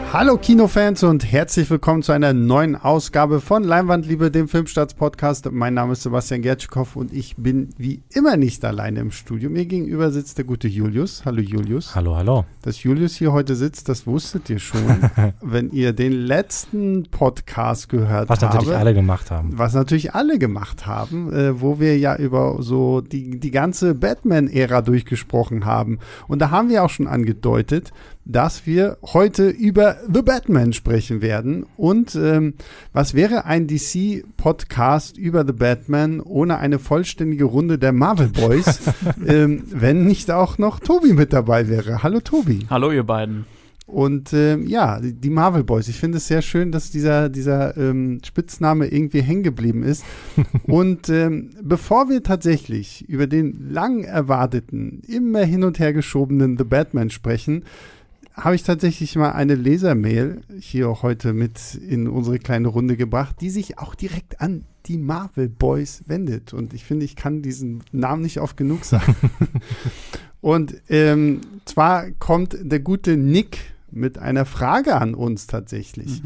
Hallo Kinofans und herzlich willkommen zu einer neuen Ausgabe von Leinwandliebe, dem Filmstarts-Podcast. Mein Name ist Sebastian Gertschikow und ich bin wie immer nicht alleine im Studio. Mir gegenüber sitzt der gute Julius. Hallo Julius. Hallo, hallo. Dass Julius hier heute sitzt, das wusstet ihr schon, wenn ihr den letzten Podcast gehört habt. Was natürlich alle gemacht haben. Wo wir ja über so die ganze Batman-Ära durchgesprochen haben. Und da haben wir auch schon angedeutet, dass wir heute über The Batman sprechen werden. Und was wäre ein DC-Podcast über The Batman ohne eine vollständige Runde der Marvel Boys, wenn nicht auch noch Tobi mit dabei wäre. Hallo Tobi. Hallo ihr beiden. Und die Marvel Boys. Ich finde es sehr schön, dass dieser Spitzname irgendwie hängen geblieben ist. Und bevor wir tatsächlich über den lang erwarteten, immer hin und her geschobenen The Batman sprechen, habe ich tatsächlich mal eine Lesermail hier heute mit in unsere kleine Runde gebracht, die sich auch direkt an die Marvel Boys wendet. Und ich finde, ich kann diesen Namen nicht oft genug sagen. Und zwar kommt der gute Nick mit einer Frage an uns tatsächlich.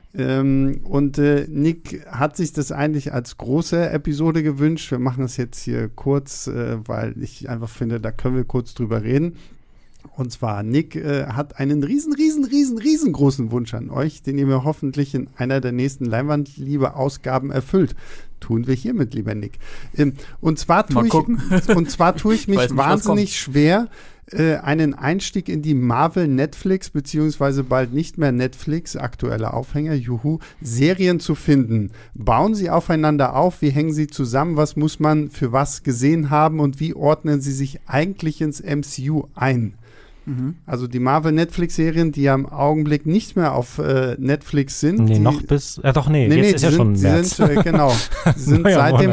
Nick hat sich das eigentlich als große Episode gewünscht. Wir machen das jetzt hier kurz, weil ich einfach finde, da können wir kurz drüber reden. Und zwar, Nick hat einen riesengroßen Wunsch an euch, den ihr mir hoffentlich in einer der nächsten Leinwandliebe-Ausgaben erfüllt. Tun wir hiermit, lieber Nick. Und zwar tue ich mich nicht, wahnsinnig schwer, einen Einstieg in die Marvel Netflix, beziehungsweise bald nicht mehr Netflix, aktueller Aufhänger, juhu, Serien zu finden. Bauen sie aufeinander auf? Wie hängen sie zusammen? Was muss man für was gesehen haben? Und wie ordnen sie sich eigentlich ins MCU ein? Also die Marvel-Netflix-Serien, die ja im Augenblick nicht mehr auf Netflix sind. Jetzt ist ja schon März. Sie sind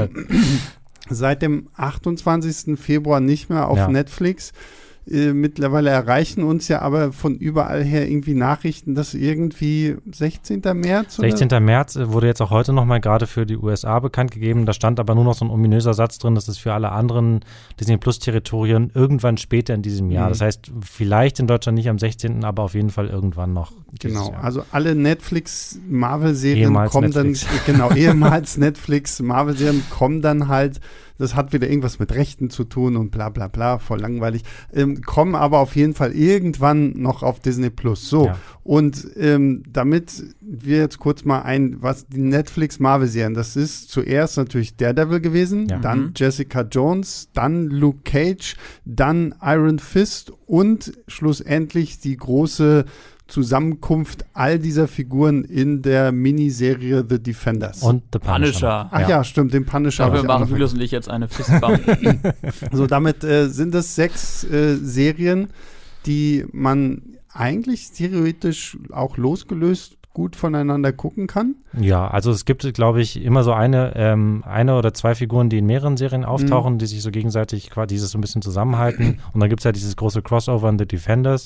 seit dem 28. Februar nicht mehr auf Netflix. Mittlerweile erreichen uns ja aber von überall her irgendwie Nachrichten, dass irgendwie 16. März oder? 16. März wurde jetzt auch heute nochmal gerade für die USA bekannt gegeben. Da stand aber nur noch so ein ominöser Satz drin, dass es für alle anderen Disney-Plus-Territorien irgendwann später in diesem Jahr. Das heißt, vielleicht in Deutschland nicht am 16., aber auf jeden Fall irgendwann noch. Genau, also alle Netflix-Marvel-Serien kommen Netflix. Ehemals Netflix-Marvel-Serien kommen dann halt. Das hat wieder irgendwas mit Rechten zu tun und bla bla bla, voll langweilig. Kommen aber auf jeden Fall irgendwann noch auf Disney Plus. So, und damit wir jetzt kurz mal was die Netflix-Marvel-Serien, das ist zuerst natürlich Daredevil gewesen, dann Jessica Jones, dann Luke Cage, dann Iron Fist und schlussendlich die große Zusammenkunft all dieser Figuren in der Miniserie The Defenders. Und The Punisher. Ach ja, stimmt, den Punisher. Dafür machen Julius und ich jetzt eine Fistbump. So, damit sind es 6 Serien, die man eigentlich theoretisch auch losgelöst gut voneinander gucken kann. Ja, also es gibt, glaube ich, immer so eine oder 2 Figuren, die in mehreren Serien auftauchen, die sich so gegenseitig quasi dieses so ein bisschen zusammenhalten. Und dann gibt es ja dieses große Crossover in The Defenders.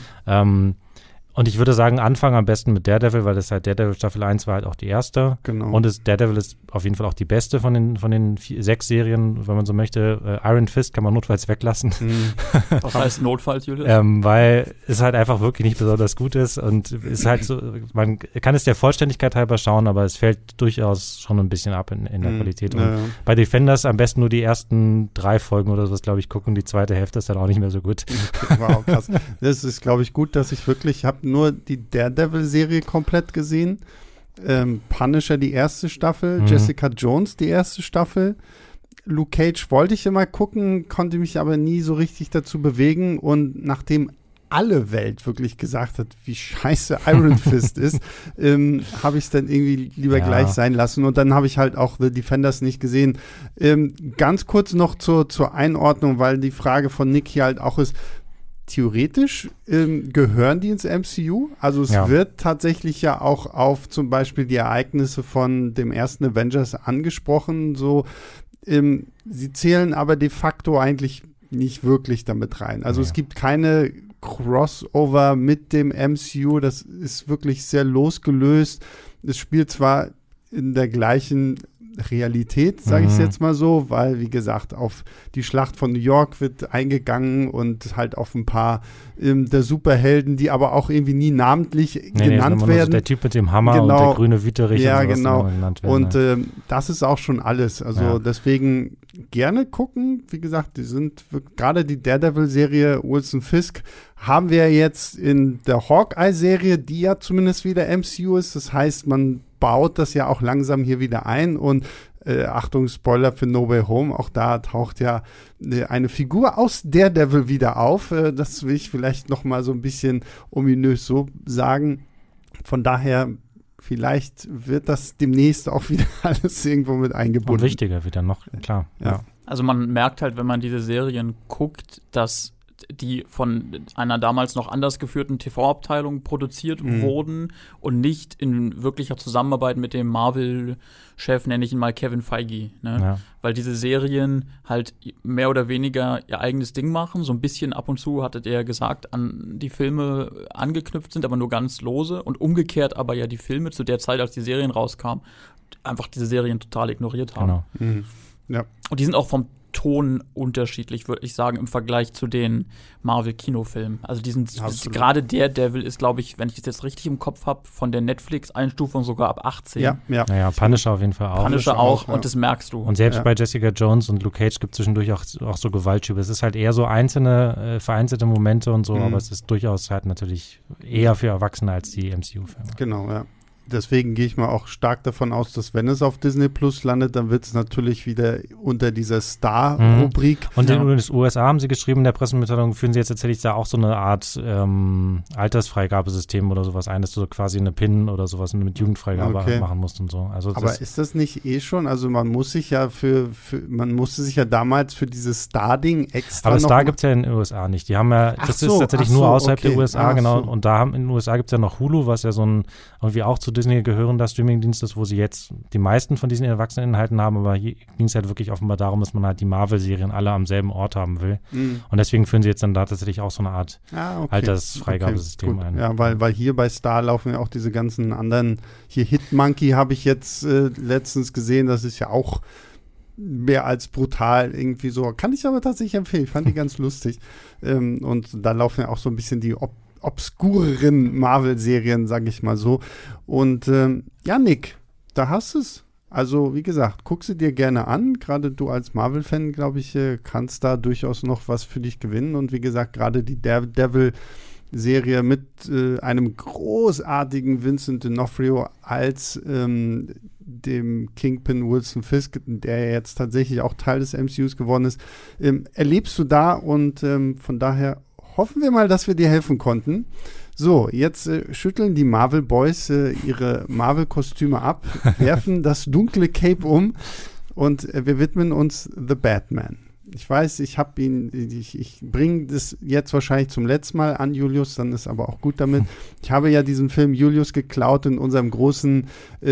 Und ich würde sagen, anfangen am besten mit Daredevil, weil das halt Daredevil Staffel 1 war halt auch die erste. Genau. Und Daredevil ist auf jeden Fall auch die beste von den 6 Serien, wenn man so möchte. Iron Fist kann man notfalls weglassen. Was heißt notfalls, Julius? Weil es halt einfach wirklich nicht besonders gut ist und ist halt so, man kann es der Vollständigkeit halber schauen, aber es fällt durchaus schon ein bisschen ab in der Qualität. Und bei Defenders am besten nur die ersten 3 Folgen oder sowas, glaube ich, gucken. Die zweite Hälfte ist dann auch nicht mehr so gut. Wow, krass. Das ist, glaube ich, gut, dass ich wirklich nur die Daredevil-Serie komplett gesehen. Punisher die erste Staffel, Jessica Jones die erste Staffel. Luke Cage wollte ich immer gucken, konnte mich aber nie so richtig dazu bewegen. Und nachdem alle Welt wirklich gesagt hat, wie scheiße Iron Fist ist, habe ich es dann irgendwie lieber gleich sein lassen. Und dann habe ich halt auch The Defenders nicht gesehen. Ganz kurz noch zur Einordnung, weil die Frage von Nick hier halt auch ist, theoretisch gehören die ins MCU. Also es wird tatsächlich ja auch auf zum Beispiel die Ereignisse von dem ersten Avengers angesprochen. So, sie zählen aber de facto eigentlich nicht wirklich damit rein. Also es gibt keine Crossover mit dem MCU. Das ist wirklich sehr losgelöst. Es spielt zwar in der gleichen Realität, sage ich es jetzt mal so, weil, wie gesagt, auf die Schlacht von New York wird eingegangen und halt auf ein paar der Superhelden, die aber auch irgendwie nie namentlich genannt werden. So der Typ mit dem Hammer und der grüne Witterich ja, und sowas genau. Genannt werden. Und das ist auch schon alles. Also deswegen gerne gucken. Wie gesagt, die sind gerade die Daredevil-Serie Wilson Fisk haben wir jetzt in der Hawkeye-Serie, die ja zumindest wieder MCU ist. Das heißt, man baut das ja auch langsam hier wieder ein und Achtung, Spoiler für No Way Home, auch da taucht ja eine Figur aus Daredevil wieder auf. Das will ich vielleicht noch mal so ein bisschen ominös so sagen. Von daher, vielleicht wird das demnächst auch wieder alles irgendwo mit eingebunden. Und wichtiger wieder noch, klar. Ja. Also man merkt halt, wenn man diese Serien guckt, dass die von einer damals noch anders geführten TV-Abteilung produziert wurden und nicht in wirklicher Zusammenarbeit mit dem Marvel-Chef, nenne ich ihn mal Kevin Feige. Ne? Ja. Weil diese Serien halt mehr oder weniger ihr eigenes Ding machen. So ein bisschen ab und zu, hattet ihr ja gesagt, an die Filme angeknüpft sind, aber nur ganz lose. Und umgekehrt aber ja die Filme zu der Zeit, als die Serien rauskamen, einfach diese Serien total ignoriert haben. Genau. Ja. Und die sind auch vom Ton unterschiedlich, würde ich sagen, im Vergleich zu den Marvel-Kinofilmen. Also gerade Daredevil ist, glaube ich, wenn ich das jetzt richtig im Kopf habe, von der Netflix-Einstufung sogar ab 18. Ja. Naja, Punisher auf jeden Fall auch. Punisher auch, und das merkst du. Und selbst bei Jessica Jones und Luke Cage gibt es zwischendurch auch so Gewaltschübe. Es ist halt eher so vereinzelte Momente und so, aber es ist durchaus halt natürlich eher für Erwachsene als die MCU-Filme. Genau, ja. Deswegen gehe ich mal auch stark davon aus, dass wenn es auf Disney Plus landet, dann wird es natürlich wieder unter dieser Star-Rubrik. Und in den USA haben sie geschrieben, in der Pressemitteilung führen sie jetzt tatsächlich da auch so eine Art Altersfreigabesystem oder sowas ein, dass du quasi eine PIN oder sowas mit Jugendfreigabe machen musst und so. Also aber ist das nicht schon? Also man muss sich ja man musste sich ja damals für dieses Star-Ding extra aber Star gibt es ja in den USA nicht. Die haben ja, das ist tatsächlich nur außerhalb der USA, genau. Und in den USA gibt es ja noch Hulu, was ja so ein irgendwie auch zu Disney gehörender Streamingdienst ist, wo sie jetzt die meisten von diesen Erwachseneninhalten haben, aber hier ging es halt wirklich offenbar darum, dass man halt die Marvel-Serien alle am selben Ort haben will. Und deswegen führen sie jetzt dann da tatsächlich auch so eine Art Altersfreigabesystem ein. Ja, weil hier bei Star laufen ja auch diese ganzen anderen, hier Hitmonkey habe ich jetzt letztens gesehen, das ist ja auch mehr als brutal irgendwie so. Kann ich aber tatsächlich empfehlen, ich fand die ganz lustig. Und da laufen ja auch so ein bisschen die obskureren Marvel-Serien, sag ich mal so. Und Nick, da hast du es. Also, wie gesagt, guck sie dir gerne an. Gerade du als Marvel-Fan, glaube ich, kannst da durchaus noch was für dich gewinnen. Und wie gesagt, gerade die Daredevil-Serie mit einem großartigen Vincent D'Onofrio als dem Kingpin Wilson Fisk, der jetzt tatsächlich auch Teil des MCUs geworden ist, erlebst du da. Und von daher hoffen wir mal, dass wir dir helfen konnten. So, jetzt schütteln die Marvel Boys ihre Marvel-Kostüme ab, werfen das dunkle Cape um und wir widmen uns The Batman. Ich weiß, ich bringe das jetzt wahrscheinlich zum letzten Mal an, Julius, dann ist aber auch gut damit. Ich habe ja diesen Film Julius geklaut in unserem großen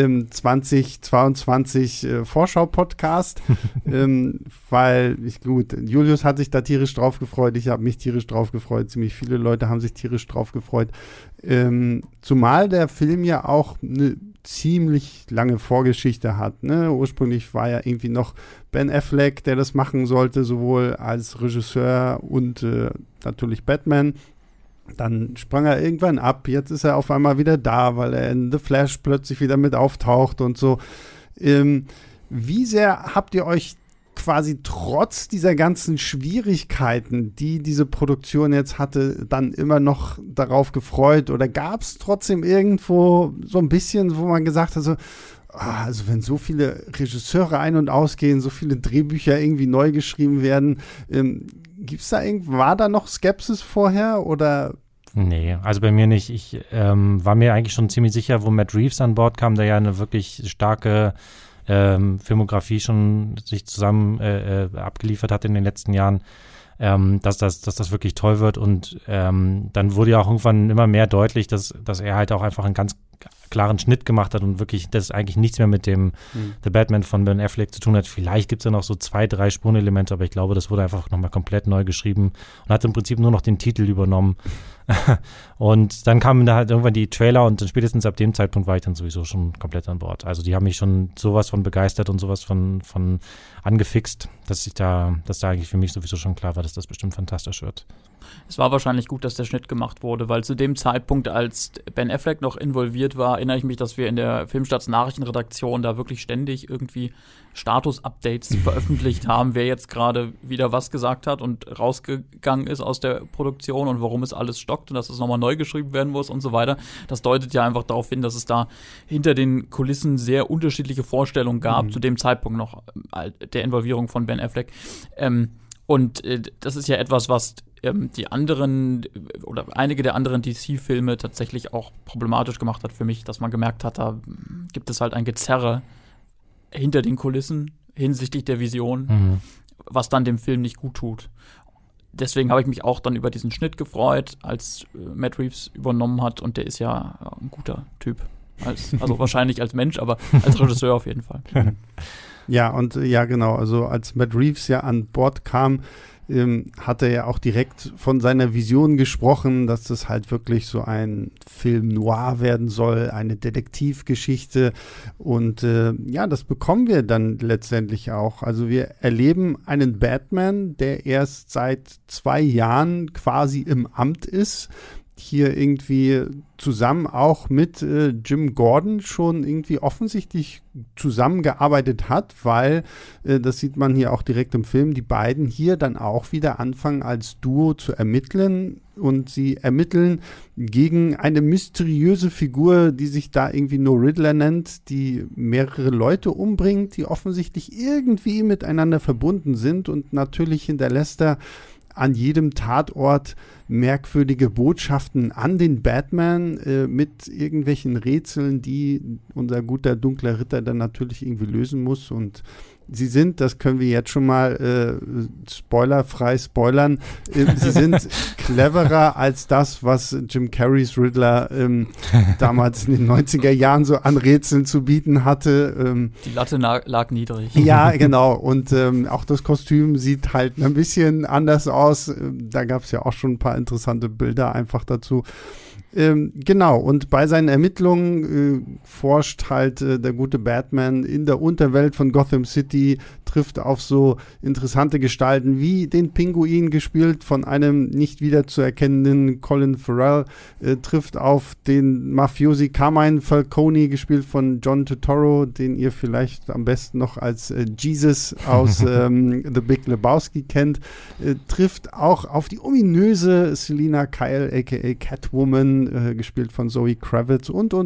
2022 Vorschau-Podcast, weil Julius hat sich da tierisch drauf gefreut, ich habe mich tierisch drauf gefreut, ziemlich viele Leute haben sich tierisch drauf gefreut. Zumal der Film ja auch eine ziemlich lange Vorgeschichte hat. Ne? Ursprünglich war ja irgendwie noch Ben Affleck, der das machen sollte, sowohl als Regisseur und natürlich Batman. Dann sprang er irgendwann ab. Jetzt ist er auf einmal wieder da, weil er in The Flash plötzlich wieder mit auftaucht und so. Wie sehr habt ihr euch quasi trotz dieser ganzen Schwierigkeiten, die diese Produktion jetzt hatte, dann immer noch darauf gefreut? Oder gab es trotzdem irgendwo so ein bisschen, wo man gesagt hat, so, also wenn so viele Regisseure ein- und ausgehen, so viele Drehbücher irgendwie neu geschrieben werden, war da noch Skepsis vorher oder? Nee, also bei mir nicht. Ich war mir eigentlich schon ziemlich sicher, wo Matt Reeves an Bord kam, der ja eine wirklich starke Filmografie schon sich zusammen abgeliefert hat in den letzten Jahren, dass das wirklich toll wird. Und dann wurde ja auch irgendwann immer mehr deutlich, dass er halt auch einfach ein ganz klaren Schnitt gemacht hat und wirklich das eigentlich nichts mehr mit dem The Batman von Ben Affleck zu tun hat. Vielleicht gibt es ja noch so 2, 3 Spurenelemente, aber ich glaube, das wurde einfach nochmal komplett neu geschrieben und hat im Prinzip nur noch den Titel übernommen. Und dann kamen da halt irgendwann die Trailer und spätestens ab dem Zeitpunkt war ich dann sowieso schon komplett an Bord. Also die haben mich schon sowas von begeistert und sowas von angefixt, dass da eigentlich für mich sowieso schon klar war, dass das bestimmt fantastisch wird. Es war wahrscheinlich gut, dass der Schnitt gemacht wurde, weil zu dem Zeitpunkt, als Ben Affleck noch involviert war, erinnere ich mich, dass wir in der Filmstarts Nachrichtenredaktion da wirklich ständig irgendwie Status-Updates veröffentlicht haben, wer jetzt gerade wieder was gesagt hat und rausgegangen ist aus der Produktion und warum es alles stockt und dass es nochmal neu geschrieben werden muss und so weiter. Das deutet ja einfach darauf hin, dass es da hinter den Kulissen sehr unterschiedliche Vorstellungen gab, zu dem Zeitpunkt noch der Involvierung von Ben Affleck. Das ist ja etwas, was die anderen oder einige der anderen DC-Filme tatsächlich auch problematisch gemacht hat für mich, dass man gemerkt hat, da gibt es halt ein Gezerre hinter den Kulissen hinsichtlich der Vision, was dann dem Film nicht gut tut. Deswegen habe ich mich auch dann über diesen Schnitt gefreut, als Matt Reeves übernommen hat und der ist ja ein guter Typ. Also wahrscheinlich als Mensch, aber als Regisseur auf jeden Fall. Ja, und ja, genau. Also als Matt Reeves ja an Bord kam, hat er ja auch direkt von seiner Vision gesprochen, dass das halt wirklich so ein Film noir werden soll, eine Detektivgeschichte. Und ja, das bekommen wir dann letztendlich auch. Also wir erleben einen Batman, der erst seit 2 Jahren quasi im Amt ist, hier irgendwie zusammen auch mit Jim Gordon schon irgendwie offensichtlich zusammengearbeitet hat, weil, das sieht man hier auch direkt im Film, die beiden hier dann auch wieder anfangen als Duo zu ermitteln und sie ermitteln gegen eine mysteriöse Figur, die sich da irgendwie No Riddler nennt, die mehrere Leute umbringt, die offensichtlich irgendwie miteinander verbunden sind und natürlich hinterlässt er an jedem Tatort merkwürdige Botschaften an den Batman mit irgendwelchen Rätseln, die unser guter dunkler Ritter dann natürlich irgendwie lösen muss. Und sie sind, das können wir jetzt schon mal spoilerfrei spoilern, sie sind cleverer als das, was Jim Carreys Riddler damals in den 90er Jahren so an Rätseln zu bieten hatte. Die Latte lag niedrig. Ja, genau. Und auch das Kostüm sieht halt ein bisschen anders aus. Da gab es ja auch schon ein paar interessante Bilder einfach dazu. Genau, und bei seinen Ermittlungen forscht halt der gute Batman in der Unterwelt von Gotham City, trifft auf so interessante Gestalten wie den Pinguin, gespielt von einem nicht wiederzuerkennenden Colin Farrell, trifft auf den Mafiosi Carmine Falcone, gespielt von John Turturro, den ihr vielleicht am besten noch als Jesus aus The Big Lebowski kennt, trifft auch auf die ominöse Selina Kyle, a.k.a. Catwoman, gespielt von Zoe Kravitz und.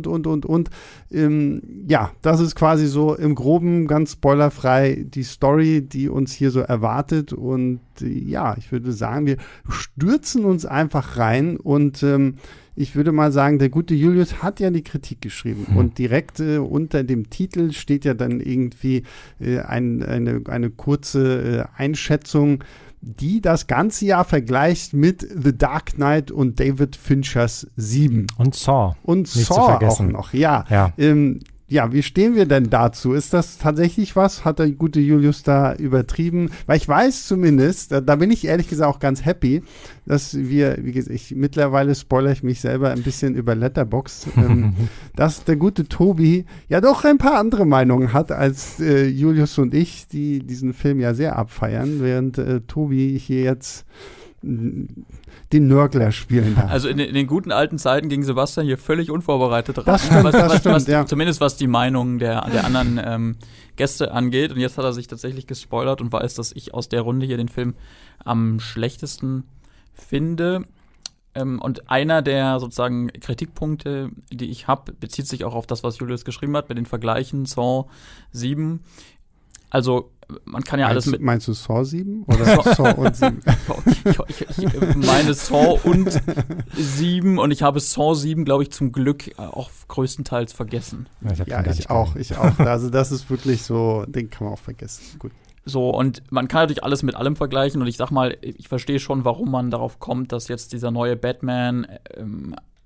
Ja, das ist quasi so im Groben ganz spoilerfrei die Story, die uns hier so erwartet. Und ja, ich würde sagen, wir stürzen uns einfach rein und ich würde mal sagen, der gute Julius hat ja die Kritik geschrieben und direkt unter dem Titel steht ja dann irgendwie eine kurze Einschätzung, die das ganze Jahr vergleicht mit The Dark Knight und David Finchers 7. Und Saw. Und nicht Saw auch noch, ja. Ja, wie stehen wir denn dazu? Ist das tatsächlich was? Hat der gute Julius da übertrieben? Weil ich weiß zumindest, da bin ich ehrlich gesagt auch ganz happy, dass wir, wie gesagt, mittlerweile spoilere ich mich selber ein bisschen über Letterboxd, dass der gute Tobi ja doch ein paar andere Meinungen hat als Julius und ich, die diesen Film ja sehr abfeiern, während Tobi hier jetzt den Nörgler spielen darf. Also in den guten alten Zeiten ging Sebastian hier völlig unvorbereitet ran. Das stimmt, ja. Zumindest was die Meinung der anderen Gäste angeht. Und jetzt hat er sich tatsächlich gespoilert und weiß, dass ich aus der Runde hier den Film am schlechtesten finde. Und einer der sozusagen Kritikpunkte, die ich habe, bezieht sich auch auf das, was Julius geschrieben hat, mit den Vergleichen Saw 7. Also man kann ja alles mit... Meinst du Saw 7 oder Saw und 7? Ich meine Saw und 7 und ich habe Saw 7, glaube ich, zum Glück auch größtenteils vergessen. Ja, ich auch. Also das ist wirklich so, den kann man auch vergessen. Gut. So, und man kann natürlich alles mit allem vergleichen und ich sag mal, ich verstehe schon, warum man darauf kommt, dass jetzt dieser neue Batman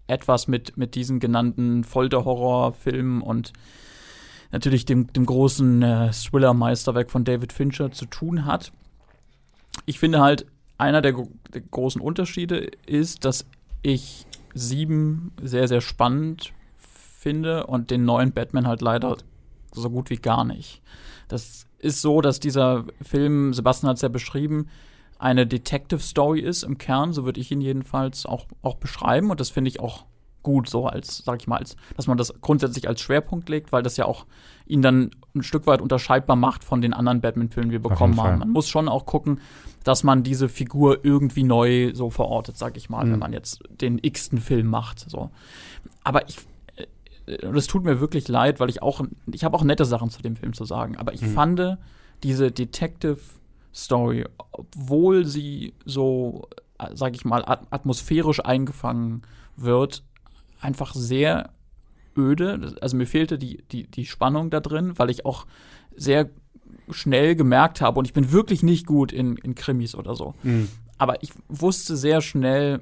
etwas mit diesen genannten Folterhorrorfilmen und natürlich dem großen Thriller-Meisterwerk von David Fincher zu tun hat. Ich finde halt, einer der großen Unterschiede ist, dass ich 7 sehr, sehr spannend finde und den neuen Batman halt leider so gut wie gar nicht. Das ist so, dass dieser Film, Sebastian hat es ja beschrieben, eine Detective-Story ist im Kern, so würde ich ihn jedenfalls auch beschreiben und das finde ich auch gut, so als, sag ich mal, dass man das grundsätzlich als Schwerpunkt legt, weil das ja auch ihn dann ein Stück weit unterscheidbar macht von den anderen Batman-Filmen, die wir bekommen haben. Man muss schon auch gucken, dass man diese Figur irgendwie neu so verortet, sag ich mal, wenn man jetzt den x-ten Film macht. So. Aber das tut mir wirklich leid, weil ich habe auch nette Sachen zu dem Film zu sagen, aber ich fand diese Detective-Story, obwohl sie so, sag ich mal, atmosphärisch eingefangen wird, einfach sehr öde. Also mir fehlte die Spannung da drin, weil ich auch sehr schnell gemerkt habe, und ich bin wirklich nicht gut in Krimis oder so, aber ich wusste sehr schnell,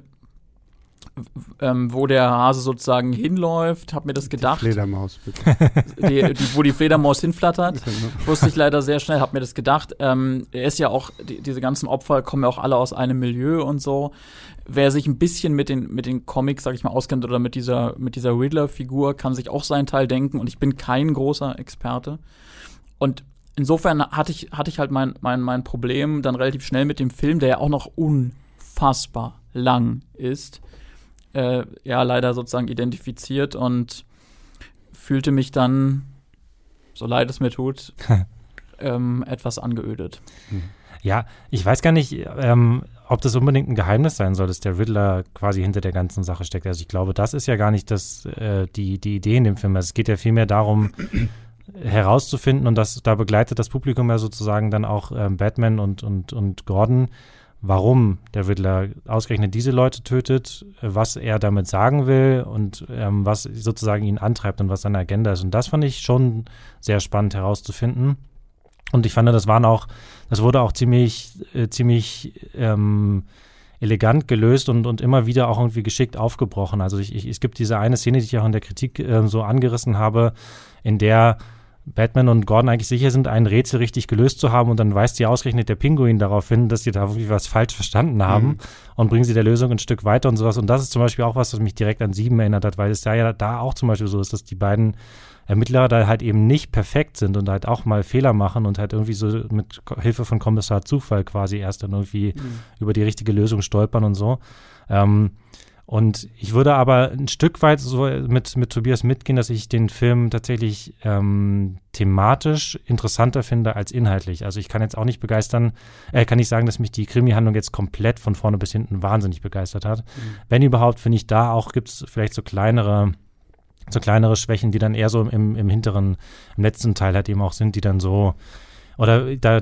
wo der Hase sozusagen hinläuft, hab mir das gedacht. Die Fledermaus, bitte. Wo die Fledermaus hinflattert, wusste ich leider sehr schnell, hab mir das gedacht. Er ist ja auch, diese ganzen Opfer kommen ja auch alle aus einem Milieu und so. Wer sich ein bisschen mit den Comics, sag ich mal, auskennt oder mit dieser Riddler-Figur, kann sich auch seinen Teil denken, und ich bin kein großer Experte. Und insofern hatte ich halt mein Problem dann relativ schnell mit dem Film, der ja auch noch unfassbar lang ist, leider sozusagen identifiziert und fühlte mich dann, so leid es mir tut, etwas angeödet. Ja, ich weiß gar nicht, ob das unbedingt ein Geheimnis sein soll, dass der Riddler quasi hinter der ganzen Sache steckt. Also ich glaube, das ist ja gar nicht die Idee in dem Film. Also es geht ja vielmehr darum, herauszufinden, und da begleitet das Publikum ja sozusagen dann auch Batman und Gordon, warum der Riddler ausgerechnet diese Leute tötet, was er damit sagen will und was sozusagen ihn antreibt und was seine Agenda ist. Und das fand ich schon sehr spannend herauszufinden. Und ich fand, das wurde auch ziemlich elegant gelöst und immer wieder auch irgendwie geschickt aufgebrochen. Also es gibt diese eine Szene, die ich auch in der Kritik so angerissen habe, in der Batman und Gordon eigentlich sicher sind, ein Rätsel richtig gelöst zu haben, und dann weist sie ausgerechnet der Pinguin darauf hin, dass sie da irgendwie was falsch verstanden haben und bringen sie der Lösung ein Stück weiter und sowas. Und das ist zum Beispiel auch was mich direkt an 7 erinnert hat, weil es da auch zum Beispiel so ist, dass die beiden Ermittler da halt eben nicht perfekt sind und halt auch mal Fehler machen und halt irgendwie so mit Hilfe von Kommissar Zufall quasi erst dann irgendwie über die richtige Lösung stolpern und so. Und ich würde aber ein Stück weit so mit Tobias mitgehen, dass ich den Film tatsächlich thematisch interessanter finde als inhaltlich. Also ich kann jetzt auch nicht kann nicht sagen, dass mich die Krimi-Handlung jetzt komplett von vorne bis hinten wahnsinnig begeistert hat. Wenn überhaupt, finde ich, da auch gibt es vielleicht so kleinere Schwächen, die dann eher so im letzten Teil halt eben auch sind, die dann so, oder da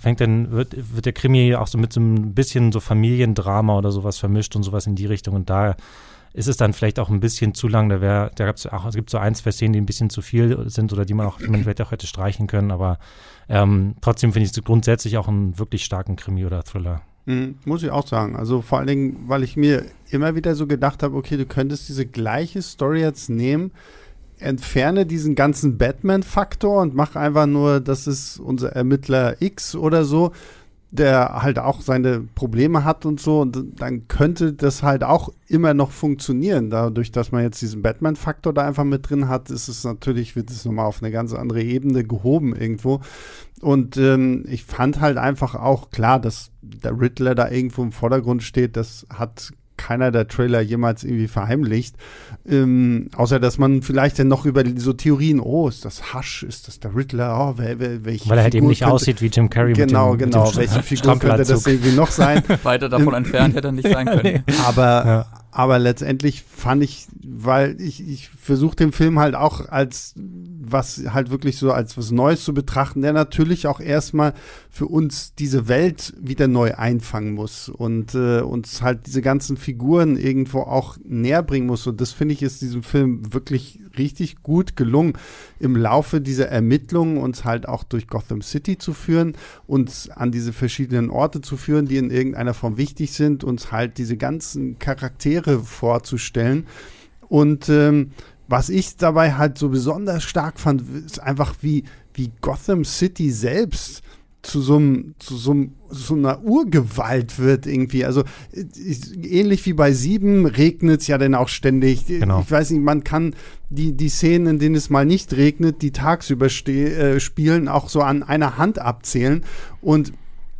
wird der Krimi auch so mit so ein bisschen so Familiendrama oder sowas vermischt und sowas in die Richtung, und da ist es dann vielleicht auch ein bisschen zu lang. Es gibt so 1, 2 Szenen, die ein bisschen zu viel sind oder die man vielleicht auch hätte streichen können, aber trotzdem finde ich es grundsätzlich auch einen wirklich starken Krimi oder Thriller. Muss ich auch sagen. Also vor allen Dingen, weil ich mir immer wieder so gedacht habe, okay, du könntest diese gleiche Story jetzt nehmen, entferne diesen ganzen Batman-Faktor und mach einfach nur, das ist unser Ermittler X oder so, der halt auch seine Probleme hat und so, und dann könnte das halt auch immer noch funktionieren. Dadurch, dass man jetzt diesen Batman-Faktor da einfach mit drin hat, wird es nochmal auf eine ganz andere Ebene gehoben irgendwo. Und ich fand halt einfach auch klar, dass der Riddler da irgendwo im Vordergrund steht. Das hat keiner der Trailer jemals irgendwie verheimlicht. Außer, dass man vielleicht dann noch über so Theorien, ist das Hush, ist das der Riddler, welche weil er halt eben nicht aussieht wie Jim Carrey. Genau, welche Figur könnte das irgendwie noch sein? Weiter davon entfernt hätte er nicht sein können. Aber letztendlich fand ich, weil ich versuche den Film halt auch als was halt wirklich so als was Neues zu betrachten, der natürlich auch erstmal für uns diese Welt wieder neu einfangen muss und uns halt diese ganzen Figuren irgendwo auch näher bringen muss. Und das, finde ich, ist diesem Film wirklich richtig gut gelungen, im Laufe dieser Ermittlungen uns halt auch durch Gotham City zu führen, uns an diese verschiedenen Orte zu führen, die in irgendeiner Form wichtig sind, uns halt diese ganzen Charaktere vorzustellen Und was ich dabei halt so besonders stark fand, ist einfach, wie Gotham City selbst zu so einer Urgewalt wird irgendwie. Also ähnlich wie bei 7 regnet es ja dann auch ständig. Genau. Ich weiß nicht, man kann die Szenen, in denen es mal nicht regnet, die tagsüber spielen, auch so an einer Hand abzählen. Und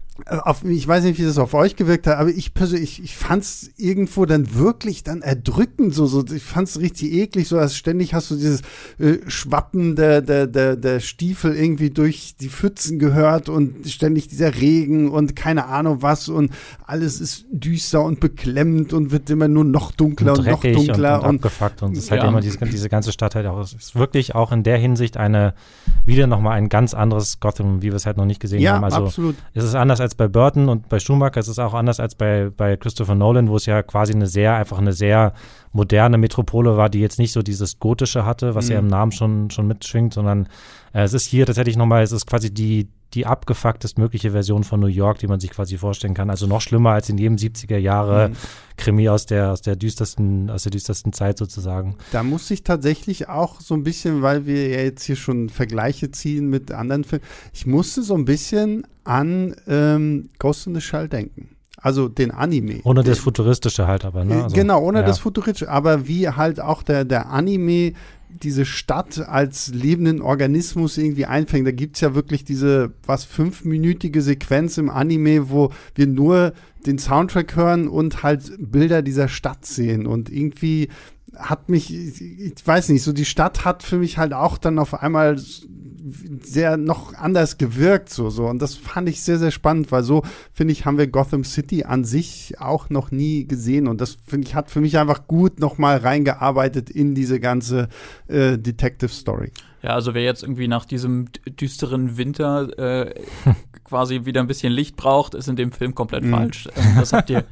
ich weiß nicht, wie das auf euch gewirkt hat, aber ich persönlich, ich fand es irgendwo dann wirklich dann erdrückend, so ich fand es richtig eklig, so als ständig hast du dieses Schwappen der Stiefel irgendwie durch die Pfützen gehört und ständig dieser Regen und keine Ahnung was und alles ist düster und beklemmend und wird immer nur noch dunkler und noch dunkler und abgefuckt und es ist halt immer diese ganze Stadt halt auch, es ist wirklich auch in der Hinsicht wieder nochmal ein ganz anderes Gotham, wie wir es halt noch nicht gesehen haben. Also absolut. Es ist anders als bei Burton und bei Schumacher, es ist auch anders als bei Christopher Nolan, wo es ja quasi eine sehr moderne Metropole war, die jetzt nicht so dieses Gotische hatte, was ja im Namen schon mitschwingt, sondern es ist hier tatsächlich nochmal, es ist quasi die abgefucktest mögliche Version von New York, die man sich quasi vorstellen kann. Also noch schlimmer als in jedem 70er Jahre Krimi aus der düstersten Zeit sozusagen. Da muss ich tatsächlich auch so ein bisschen, weil wir ja jetzt hier schon Vergleiche ziehen mit anderen Filmen, ich musste so ein bisschen an Ghost in the Shell denken. Also den Anime. Ohne das Futuristische halt aber, ne? Also, genau, ohne das Futuristische, aber wie halt auch der Anime diese Stadt als lebenden Organismus irgendwie einfängt. Da gibt es ja wirklich diese 5-minütige Sequenz im Anime, wo wir nur den Soundtrack hören und halt Bilder dieser Stadt sehen. Und irgendwie hat mich, ich weiß nicht, so die Stadt hat für mich halt auch dann auf einmal sehr noch anders gewirkt so und das fand ich sehr, sehr spannend, weil so, finde ich, haben wir Gotham City an sich auch noch nie gesehen und das, finde ich, hat für mich einfach gut nochmal reingearbeitet in diese ganze Detective Story. Ja, also wer jetzt irgendwie nach diesem düsteren Winter quasi wieder ein bisschen Licht braucht, ist in dem Film komplett falsch. Das habt ihr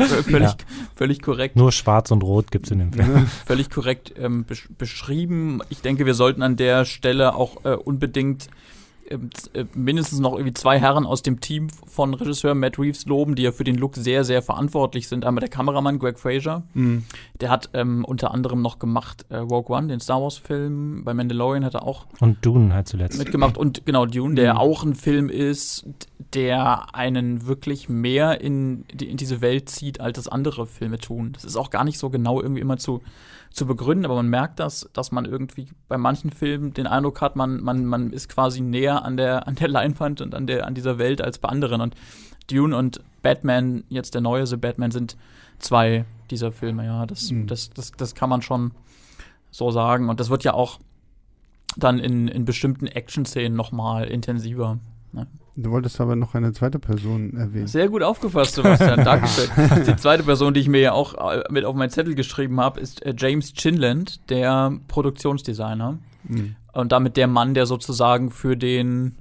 völlig korrekt. Nur schwarz und rot gibt's in dem Film. Völlig korrekt beschrieben. Ich denke, wir sollten an der Stelle auch unbedingt mindestens noch irgendwie 2 Herren aus dem Team von Regisseur Matt Reeves loben, die ja für den Look sehr, sehr verantwortlich sind. Einmal der Kameramann Greg Fraser, der hat unter anderem noch gemacht Rogue One, den Star Wars Film, bei Mandalorian hat er auch und Dune halt zuletzt mitgemacht und genau, Dune, der auch ein Film ist, der einen wirklich mehr in diese Welt zieht, als das andere Filme tun. Das ist auch gar nicht so genau irgendwie immer zu begründen, aber man merkt dass man irgendwie bei manchen Filmen den Eindruck hat, man ist quasi näher an der Leinwand und an dieser Welt als bei anderen. Und Dune und Batman, jetzt der neue The Batman, sind 2 dieser Filme, ja. Das kann man schon so sagen. Und das wird ja auch dann in bestimmten Action-Szenen nochmal intensiver. Ne? Du wolltest aber noch eine zweite Person erwähnen. Sehr gut aufgefasst, Sebastian. Dankeschön. Die zweite Person, die ich mir ja auch mit auf meinen Zettel geschrieben habe, ist James Chinland, der Produktionsdesigner. Und damit der Mann, der sozusagen für den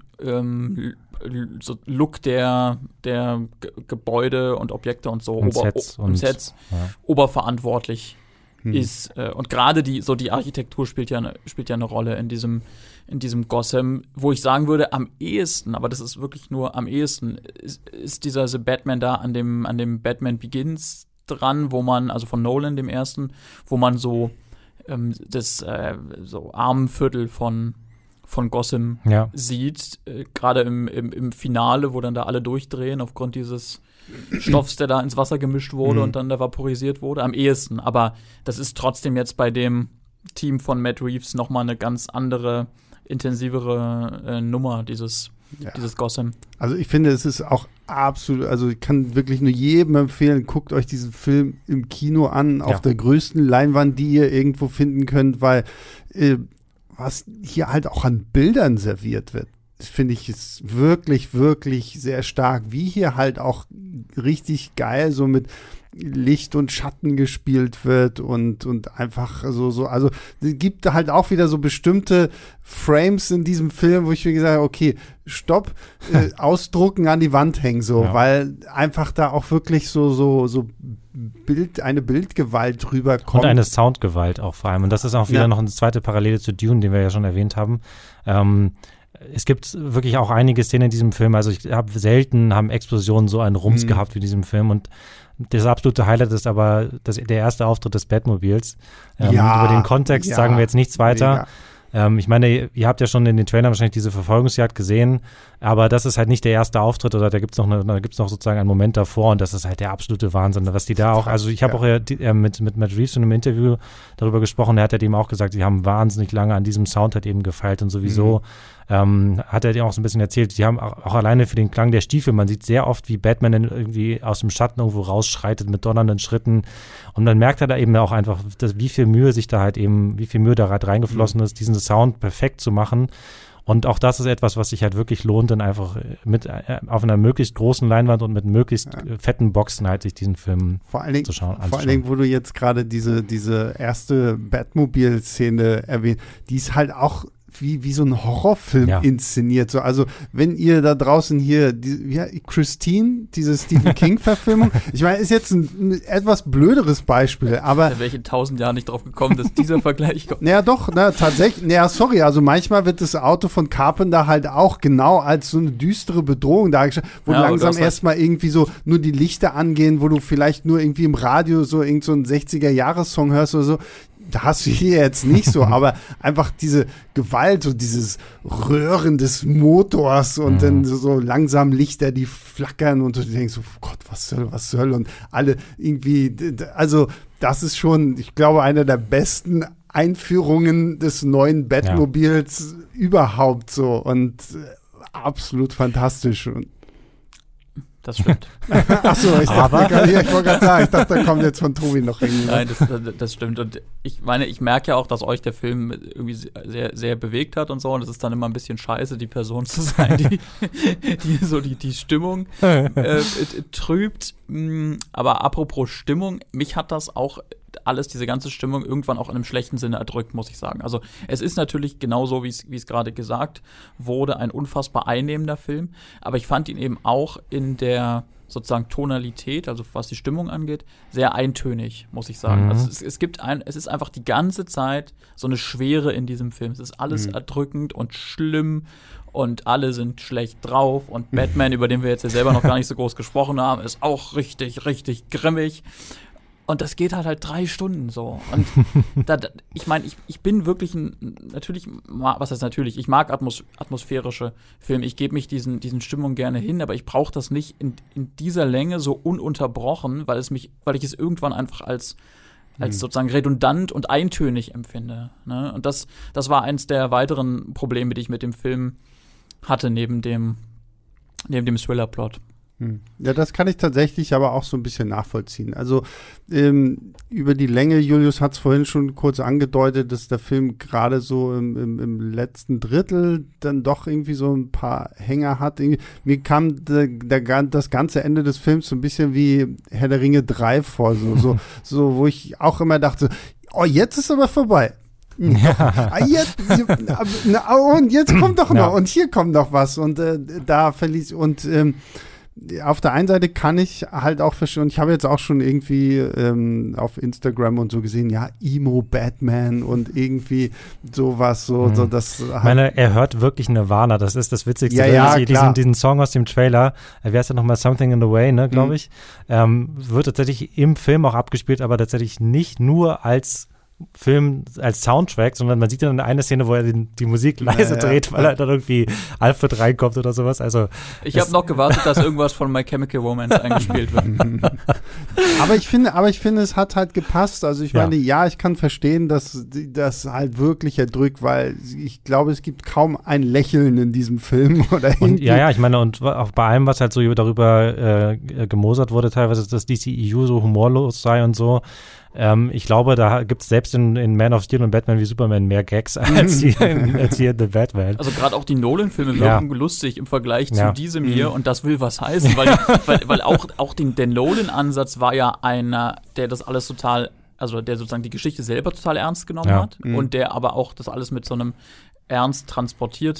Look der Gebäude und Objekte und so und Sets oberverantwortlich ist. Und gerade die Architektur spielt ja eine Rolle in diesem Gotham, wo ich sagen würde, am ehesten, aber das ist wirklich nur am ehesten, ist dieser The Batman da an dem Batman Begins dran, wo man, also von Nolan, dem ersten, wo man so das so Armenviertel von Gotham sieht, gerade im Finale, wo dann da alle durchdrehen aufgrund dieses Stoffs, der da ins Wasser gemischt wurde und dann da vaporisiert wurde, am ehesten. Aber das ist trotzdem jetzt bei dem Team von Matt Reeves nochmal eine ganz andere, intensivere Nummer, dieses Gotham. Also ich finde, es ist auch absolut, also ich kann wirklich nur jedem empfehlen, guckt euch diesen Film im Kino an, auf der größten Leinwand, die ihr irgendwo finden könnt, weil was hier halt auch an Bildern serviert wird, finde ich, ist wirklich, wirklich sehr stark, wie hier halt auch richtig geil so mit Licht und Schatten gespielt wird und einfach so, also es gibt halt auch wieder so bestimmte Frames in diesem Film, wo ich mir gesagt habe, okay, stopp, ausdrucken, an die Wand hängen, weil einfach da auch wirklich so eine Bildgewalt rüberkommt. Und eine Soundgewalt auch vor allem. Und das ist auch wieder noch eine zweite Parallele zu Dune, den wir ja schon erwähnt haben. Es gibt wirklich auch einige Szenen in diesem Film, also haben Explosionen so einen Rums gehabt wie in diesem Film und das absolute Highlight ist aber der erste Auftritt des Batmobils. Über den Kontext sagen wir jetzt nichts weiter. Ich meine, ihr habt ja schon in den Trailern wahrscheinlich diese Verfolgungsjagd gesehen, aber das ist halt nicht der erste Auftritt, oder da gibt's noch sozusagen einen Moment davor, und das ist halt der absolute Wahnsinn, was die da auch, also ich habe auch mit Matt Reeves in einem Interview darüber gesprochen, der hat halt eben auch gesagt, die haben wahnsinnig lange an diesem Sound halt eben gefeilt, und sowieso hat er dir auch so ein bisschen erzählt, die haben auch alleine für den Klang der Stiefel, man sieht sehr oft, wie Batman dann irgendwie aus dem Schatten irgendwo rausschreitet mit donnernden Schritten, und man merkt halt eben auch einfach, wie viel Mühe da halt reingeflossen ist, diesen Sound perfekt zu machen. Und auch das ist etwas, was sich halt wirklich lohnt, dann einfach auf einer möglichst großen Leinwand und mit möglichst fetten Boxen halt sich diesen Film zu schauen. Vor allen Dingen, wo du jetzt gerade diese erste Batmobile-Szene erwähnt, die ist halt auch wie so ein Horrorfilm inszeniert. So, also wenn ihr da draußen hier, Christine, diese Stephen King-Verfilmung, ich meine, ist jetzt ein etwas blöderes Beispiel, aber da wäre ich in 1000 Jahren nicht drauf gekommen, dass dieser Vergleich kommt. Naja, doch, tatsächlich, sorry, also manchmal wird das Auto von Carpenter halt auch genau als so eine düstere Bedrohung dargestellt, wo langsam erstmal irgendwie so nur die Lichter angehen, wo du vielleicht nur irgendwie im Radio so irgend so einen 60er-Jahres-Song hörst oder so. Da hast du hier jetzt nicht so, aber einfach diese Gewalt, so dieses Röhren des Motors und dann so langsam Lichter, die flackern, und du denkst so, Gott, was soll, und alle irgendwie, also das ist schon, ich glaube, eine der besten Einführungen des neuen Batmobils überhaupt so, und absolut fantastisch. Das stimmt. Achso, ich wollte gerade sagen, ich dachte, da kommt jetzt von Tobi noch irgendwie. Nein, das stimmt. Und ich meine, ich merke ja auch, dass euch der Film irgendwie sehr, sehr bewegt hat und so. Und es ist dann immer ein bisschen scheiße, die Person zu sein, die so die Stimmung trübt. Aber apropos Stimmung, mich hat das auch diese ganze Stimmung irgendwann auch in einem schlechten Sinne erdrückt, muss ich sagen. Also es ist natürlich genauso, wie es gerade gesagt wurde, ein unfassbar einnehmender Film, aber ich fand ihn eben auch in der sozusagen Tonalität, also was die Stimmung angeht, sehr eintönig, muss ich sagen. Also es ist einfach die ganze Zeit so eine Schwere in diesem Film. Es ist alles erdrückend und schlimm, und alle sind schlecht drauf, und Batman, über den wir jetzt ja selber noch gar nicht so groß gesprochen haben, ist auch richtig, richtig grimmig. Und das geht halt 3 Stunden so. Und ich meine, ich bin wirklich ich mag atmosphärische Filme. Ich gebe mich diesen Stimmungen gerne hin, aber ich brauche das nicht in dieser Länge so ununterbrochen, weil ich es irgendwann einfach als sozusagen redundant und eintönig empfinde. Ne? Und das war eins der weiteren Probleme, die ich mit dem Film hatte, neben dem Thriller-Plot. Ja, das kann ich tatsächlich aber auch so ein bisschen nachvollziehen. Also über die Länge, Julius hat es vorhin schon kurz angedeutet, dass der Film gerade so im letzten Drittel dann doch irgendwie so ein paar Hänger hat. Mir kam das ganze Ende des Films so ein bisschen wie Herr der Ringe 3 vor, so wo ich auch immer dachte, oh, jetzt ist aber vorbei. Ja. Und jetzt kommt doch noch, und hier kommt noch was, und da verließ, und auf der einen Seite kann ich halt auch verstehen, und ich habe jetzt auch schon irgendwie auf Instagram und so gesehen, ja, Emo-Batman und irgendwie sowas, so das halt. Ich meine, er hört wirklich Nirvana, das ist das Witzigste. Diesen Song aus dem Trailer, wie heißt der nochmal, Something in the Way, ne, glaube ich, wird tatsächlich im Film auch abgespielt, aber tatsächlich nicht nur als Film als Soundtrack, sondern man sieht dann in einer Szene, wo er die Musik leise dreht, weil dann irgendwie Alfred reinkommt oder sowas. Also ich habe noch gewartet, dass irgendwas von My Chemical Romance eingespielt wird. aber ich finde, es hat halt gepasst. Also ich meine, ich kann verstehen, dass das halt wirklich erdrückt, weil ich glaube, es gibt kaum ein Lächeln in diesem Film oder und, ich meine, und auch bei allem, was halt so darüber gemosert wurde, teilweise, dass DCEU so humorlos sei und so. Ich glaube, da gibt es selbst in Man of Steel und Batman wie Superman mehr Gags als hier in The Batman. Also gerade auch die Nolan-Filme wirken lustig im Vergleich zu diesem hier, und das will was heißen, weil auch der Nolan-Ansatz war ja einer, der das alles total, also der sozusagen die Geschichte selber total ernst genommen hat und der aber auch das alles mit so einem Ernst transportiert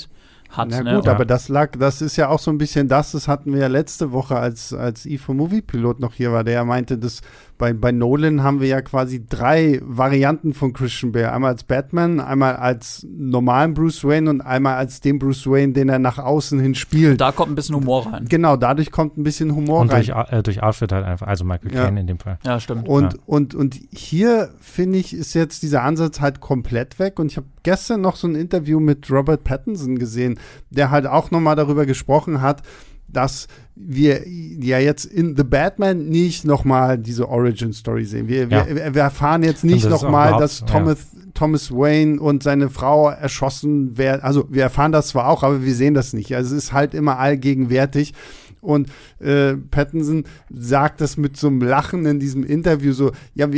hat. Na ne? gut, aber das ist ja auch so ein bisschen das hatten wir ja letzte Woche, als Eve Movie Pilot noch hier war, der ja meinte, dass bei Nolan haben wir ja quasi 3 Varianten von Christian Bale. Einmal als Batman, einmal als normalen Bruce Wayne und einmal als den Bruce Wayne, den er nach außen hin spielt. Da kommt ein bisschen Humor rein. Genau, dadurch kommt ein bisschen Humor und rein. Durch Alfred halt einfach, also Michael Caine in dem Fall. Ja, stimmt. Und hier, finde ich, ist jetzt dieser Ansatz halt komplett weg. Und ich habe gestern noch so ein Interview mit Robert Pattinson gesehen, der halt auch nochmal darüber gesprochen hat, dass wir ja jetzt in The Batman nicht nochmal diese Origin-Story sehen. Wir erfahren jetzt nicht nochmal, dass Thomas Wayne und seine Frau erschossen werden. Also wir erfahren das zwar auch, aber wir sehen das nicht. Also es ist halt immer allgegenwärtig. Und Pattinson sagt das mit so einem Lachen in diesem Interview so, ja,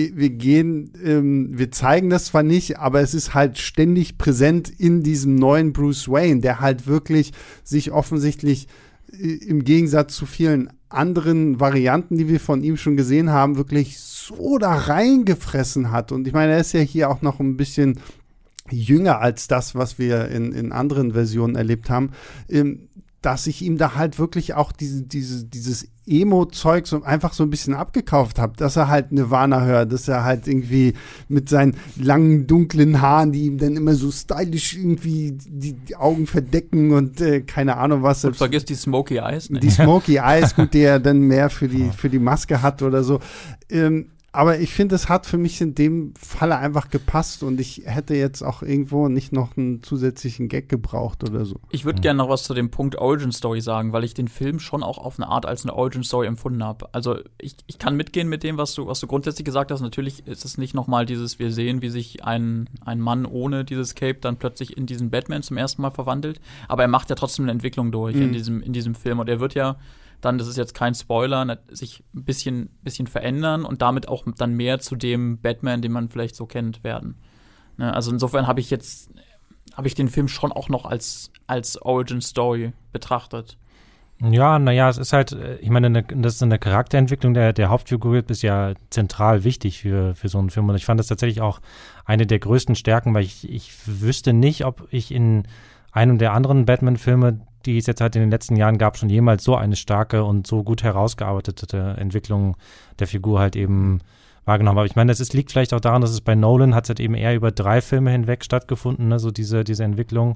wir zeigen das zwar nicht, aber es ist halt ständig präsent in diesem neuen Bruce Wayne, der halt wirklich sich offensichtlich im Gegensatz zu vielen anderen Varianten, die wir von ihm schon gesehen haben, wirklich so da reingefressen hat. Und ich meine, er ist ja hier auch noch ein bisschen jünger als das, was wir in anderen Versionen erlebt haben, dass ich ihm da halt wirklich auch dieses Emo-Zeug so einfach so ein bisschen abgekauft habe, dass er halt Nirvana hört, dass er halt irgendwie mit seinen langen, dunklen Haaren, die ihm dann immer so stylisch irgendwie die Augen verdecken und keine Ahnung was. Und vergiss die Smoky Eyes. Ne? Die Smoky Eyes, gut, die er dann mehr für die Maske hat oder so. Aber ich finde, es hat für mich in dem Falle einfach gepasst und ich hätte jetzt auch irgendwo nicht noch einen zusätzlichen Gag gebraucht oder so. Ich würde gerne noch was zu dem Punkt Origin Story sagen, weil ich den Film schon auch auf eine Art als eine Origin Story empfunden habe. Also ich kann mitgehen mit dem, was du grundsätzlich gesagt hast. Natürlich ist es nicht nochmal dieses, wir sehen, wie sich ein Mann ohne dieses Cape dann plötzlich in diesen Batman zum ersten Mal verwandelt. Aber er macht ja trotzdem eine Entwicklung durch in diesem Film und er wird ja dann, das ist jetzt kein Spoiler, sich ein bisschen verändern und damit auch dann mehr zu dem Batman, den man vielleicht so kennt, werden. Ne? Also insofern habe ich den Film schon auch noch als Origin-Story betrachtet. Ja, naja, es ist halt, ich meine, das ist eine Charakterentwicklung der Hauptfigur ist ja zentral wichtig für so einen Film und ich fand das tatsächlich auch eine der größten Stärken, weil ich wüsste nicht, ob ich in einem der anderen Batman-Filme, die es jetzt halt in den letzten Jahren gab, schon jemals so eine starke und so gut herausgearbeitete Entwicklung der Figur halt eben wahrgenommen habe. Ich meine, liegt vielleicht auch daran, dass es bei Nolan hat es halt eben eher über 3 Filme hinweg stattgefunden, ne, so diese Entwicklung.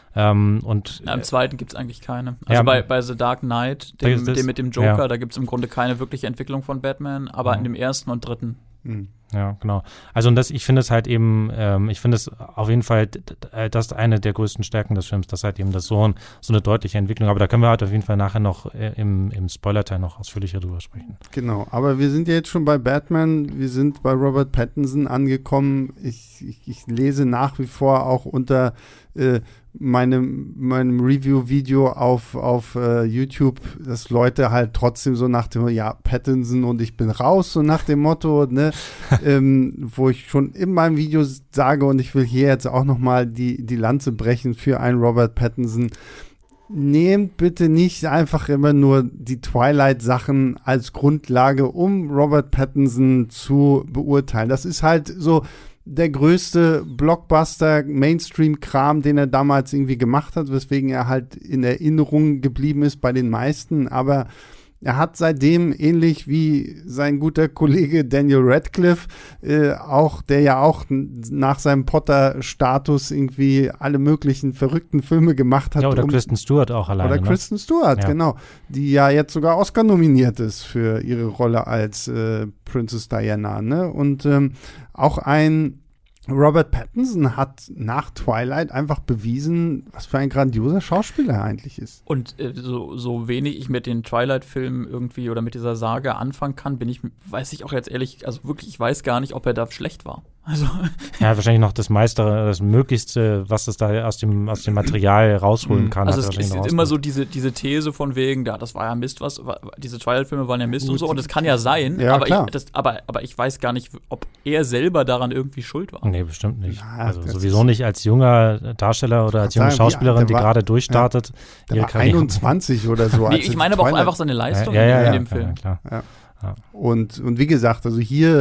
Im zweiten gibt es eigentlich keine. Also bei The Dark Knight, dem mit dem Joker, da gibt es im Grunde keine wirkliche Entwicklung von Batman, aber in dem ersten und dritten. Ja, genau. Also ich finde es halt eben, ich finde es auf jeden Fall, das ist eine der größten Stärken des Films, dass halt eben das so eine deutliche Entwicklung, aber da können wir halt auf jeden Fall nachher noch im Spoiler-Teil noch ausführlicher drüber sprechen. Genau, aber wir sind ja jetzt schon bei Batman, wir sind bei Robert Pattinson angekommen. Ich lese nach wie vor auch unter meinem Review-Video auf YouTube, dass Leute halt trotzdem so nach dem, ja, Pattinson und ich bin raus, so nach dem Motto, ne, wo ich schon in meinem Video sage und ich will hier jetzt auch nochmal die Lanze brechen für einen Robert Pattinson. Nehmt bitte nicht einfach immer nur die Twilight-Sachen als Grundlage, um Robert Pattinson zu beurteilen. Das ist halt so der größte Blockbuster-Mainstream-Kram, den er damals irgendwie gemacht hat, weswegen er halt in Erinnerung geblieben ist bei den meisten. Aber er hat seitdem, ähnlich wie sein guter Kollege Daniel Radcliffe, der ja auch nach seinem Potter-Status irgendwie alle möglichen verrückten Filme gemacht hat. Ja, oder Kristen Stewart auch alleine. Oder Kristen Stewart, genau. Die ja jetzt sogar Oscar nominiert ist für ihre Rolle als Princess Diana. Ne? Und auch ein Robert Pattinson hat nach Twilight einfach bewiesen, was für ein grandioser Schauspieler er eigentlich ist. Und so wenig ich mit den Twilight-Filmen irgendwie oder mit dieser Sage anfangen kann, weiß ich auch jetzt ehrlich, also wirklich, ich weiß gar nicht, ob er da schlecht war. Also ja, wahrscheinlich noch das Möglichste, was es da aus dem Material rausholen kann. Also es ist immer so diese These von wegen, das war ja Mist, diese Twilight-Filme waren ja Mist. Gut. Und so, und das kann ja sein, ja, aber ich weiß gar nicht, ob er selber daran irgendwie schuld war. Nee, bestimmt nicht. Ja, also sowieso nicht als junger Darsteller oder als junge Schauspielerin, die gerade durchstartet. Der war 21 oder so. Nee, ich meine aber auch einfach seine Leistung in dem Film. Ja, klar. Ja. Und wie gesagt, also hier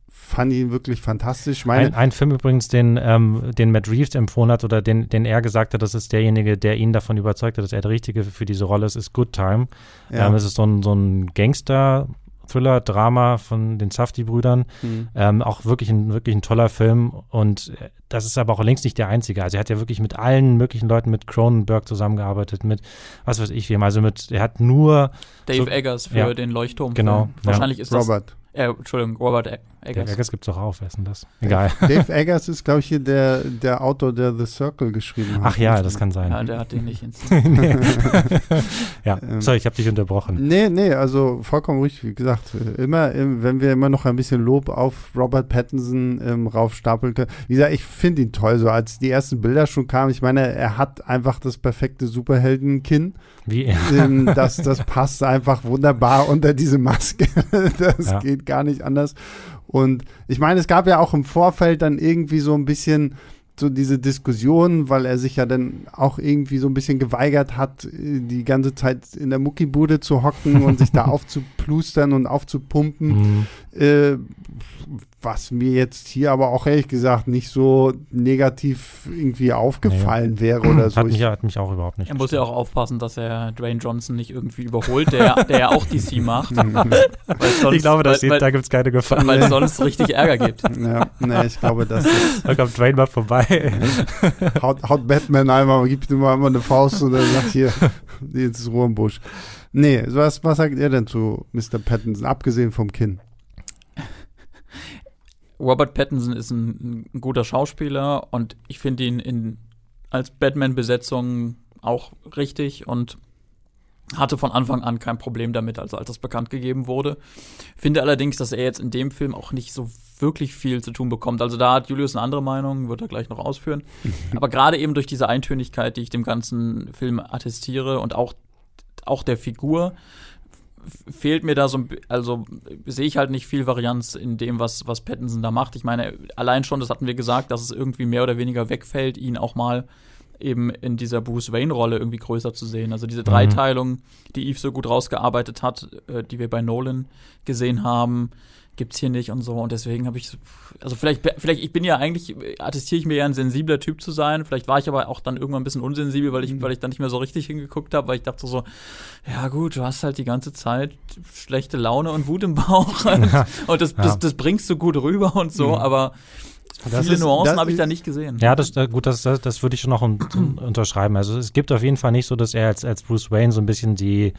fand ihn wirklich fantastisch. Ein Film übrigens, den Matt Reeves empfohlen hat oder den er gesagt hat, das ist derjenige, der ihn davon überzeugt hat, dass er der Richtige für diese Rolle ist Good Time. Ja. Es ist so ein Gangster-Thriller-Drama von den Safdie-Brüdern. Auch wirklich ein toller Film und das ist aber auch längst nicht der einzige. Also er hat ja wirklich mit allen möglichen Leuten, mit Cronenberg zusammengearbeitet, mit was weiß ich wem. Also er hat nur Dave Eggers für den Leuchtturm. Genau. Wahrscheinlich ist das Robert. Robert Eggers. Der Eggers gibt es doch auch, wer ist denn das? Egal. Dave Eggers ist, glaube ich, hier der Autor, der The Circle geschrieben hat. Ach ja, das kann sein. Ja, der hat den nicht inszeniert. Ja, sorry, ich habe dich unterbrochen. Nee, also vollkommen richtig. Wie gesagt, wenn wir immer noch ein bisschen Lob auf Robert Pattinson raufstapeln können. Wie gesagt, ich finde ihn toll. So als die ersten Bilder schon kamen, ich meine, er hat einfach das perfekte Superheldenkinn. Wie er. Das passt einfach wunderbar unter diese Maske. Das geht gar nicht anders. Und ich meine, es gab ja auch im Vorfeld dann irgendwie so ein bisschen so diese Diskussion, weil er sich ja dann auch irgendwie so ein bisschen geweigert hat, die ganze Zeit in der Muckibude zu hocken und sich da aufzuplustern und aufzupumpen. Was mir jetzt hier aber auch ehrlich gesagt nicht so negativ irgendwie aufgefallen wäre oder so. Hat mich auch überhaupt nicht. Er muss ja auch aufpassen, dass er Dwayne Johnson nicht irgendwie überholt, der ja auch DC macht. Sonst, ich glaube, da gibt es keine Gefahr. Weil es sonst richtig Ärger gibt. Ja, ich glaube, das ist. Da kommt Dwayne mal vorbei. haut Batman einmal, gibt ihm einmal eine Faust und dann sagt hier, jetzt ist Ruhe im Busch. Nee, was sagt ihr denn zu Mr. Pattinson, abgesehen vom Kinn? Robert Pattinson ist ein guter Schauspieler und ich finde ihn als Batman-Besetzung auch richtig und hatte von Anfang an kein Problem damit, als das bekannt gegeben wurde. Finde allerdings, dass er jetzt in dem Film auch nicht so wirklich viel zu tun bekommt. Also da hat Julius eine andere Meinung, wird er gleich noch ausführen. Aber gerade eben durch diese Eintönigkeit, die ich dem ganzen Film attestiere und auch der Figur, fehlt mir da also sehe ich halt nicht viel Varianz in dem, was Pattinson da macht. Ich meine, allein schon, das hatten wir gesagt, dass es irgendwie mehr oder weniger wegfällt, ihn auch mal eben in dieser Bruce Wayne-Rolle irgendwie größer zu sehen. Also diese Dreiteilung, die Eve so gut rausgearbeitet hat, die wir bei Nolan gesehen haben, gibt's hier nicht und so. Und deswegen habe ich also vielleicht, ich bin ja eigentlich, attestiere ich mir ja ein sensibler Typ zu sein. Vielleicht war ich aber auch dann irgendwann ein bisschen unsensibel, weil ich dann nicht mehr so richtig hingeguckt habe, weil ich dachte so, ja gut, du hast halt die ganze Zeit schlechte Laune und Wut im Bauch und das bringst du gut rüber und so, aber viele Nuancen habe ich da nicht gesehen. Ja, das würde ich schon noch unterschreiben. Also es gibt auf jeden Fall nicht so, dass er als Bruce Wayne so ein bisschen die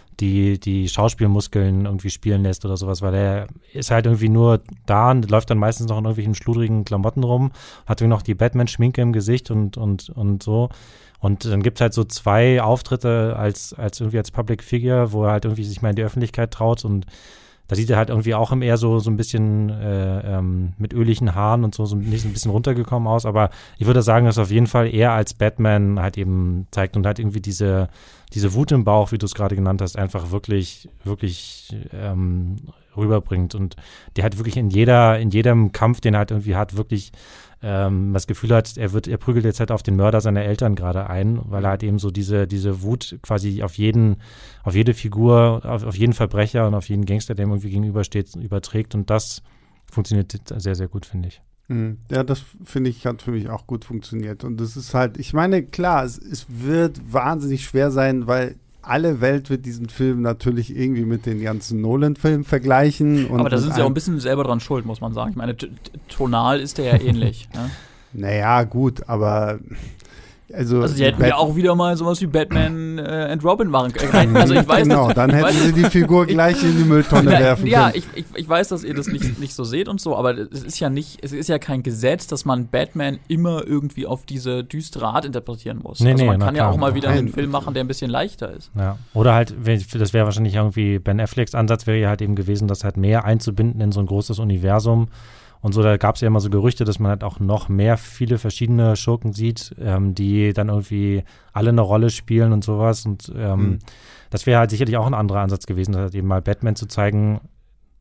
Schauspielmuskeln irgendwie spielen lässt oder sowas, weil er ist halt irgendwie nur da und läuft dann meistens noch in irgendwelchen schludrigen Klamotten rum, hat irgendwie noch die Batman-Schminke im Gesicht und so. Und dann gibt es halt so 2 Auftritte als Public Figure, wo er halt irgendwie sich mal in die Öffentlichkeit traut und da sieht er halt irgendwie auch eher so ein bisschen mit öligen Haaren und so ein bisschen runtergekommen aus. Aber ich würde sagen, dass auf jeden Fall er als Batman halt eben zeigt und halt irgendwie diese Wut im Bauch, wie du es gerade genannt hast, einfach wirklich, wirklich rüberbringt. Und der hat wirklich in jedem Kampf, den er halt irgendwie hat, wirklich das Gefühl hat, er prügelt jetzt halt auf den Mörder seiner Eltern gerade ein, weil er halt eben so diese Wut quasi auf jede Figur, auf jeden Verbrecher und auf jeden Gangster, der ihm irgendwie gegenübersteht, überträgt. Und das funktioniert sehr, sehr gut, finde ich. Ja, das finde ich, hat für mich auch gut funktioniert. Und das ist halt, ich meine, klar, es wird wahnsinnig schwer sein, weil alle Welt wird diesen Film natürlich irgendwie mit den ganzen Nolan-Filmen vergleichen. Aber da sind sie auch ein bisschen selber dran schuld, muss man sagen. Ich meine, tonal ist der ja ähnlich. Ne? Naja, gut, aber also sie hätten ja auch wieder mal sowas wie Batman and Robin machen können. Also ich weiß, genau, dann hätten sie die Figur gleich in die Mülltonne werfen können. Ja, ich weiß, dass ihr das nicht so seht und so, aber es ist ja kein Gesetz, dass man Batman immer irgendwie auf diese düstere Art interpretieren muss. Man kann ja auch mal wieder einen Film machen, der ein bisschen leichter ist. Ja. Oder halt, das wäre wahrscheinlich irgendwie Ben Afflecks Ansatz wäre ja halt eben gewesen, das halt mehr einzubinden in so ein großes Universum. Und so, da gab es ja immer so Gerüchte, dass man halt auch noch viele verschiedene Schurken sieht, die dann irgendwie alle eine Rolle spielen und sowas. Und das wäre halt sicherlich auch ein anderer Ansatz gewesen, halt eben mal Batman zu zeigen,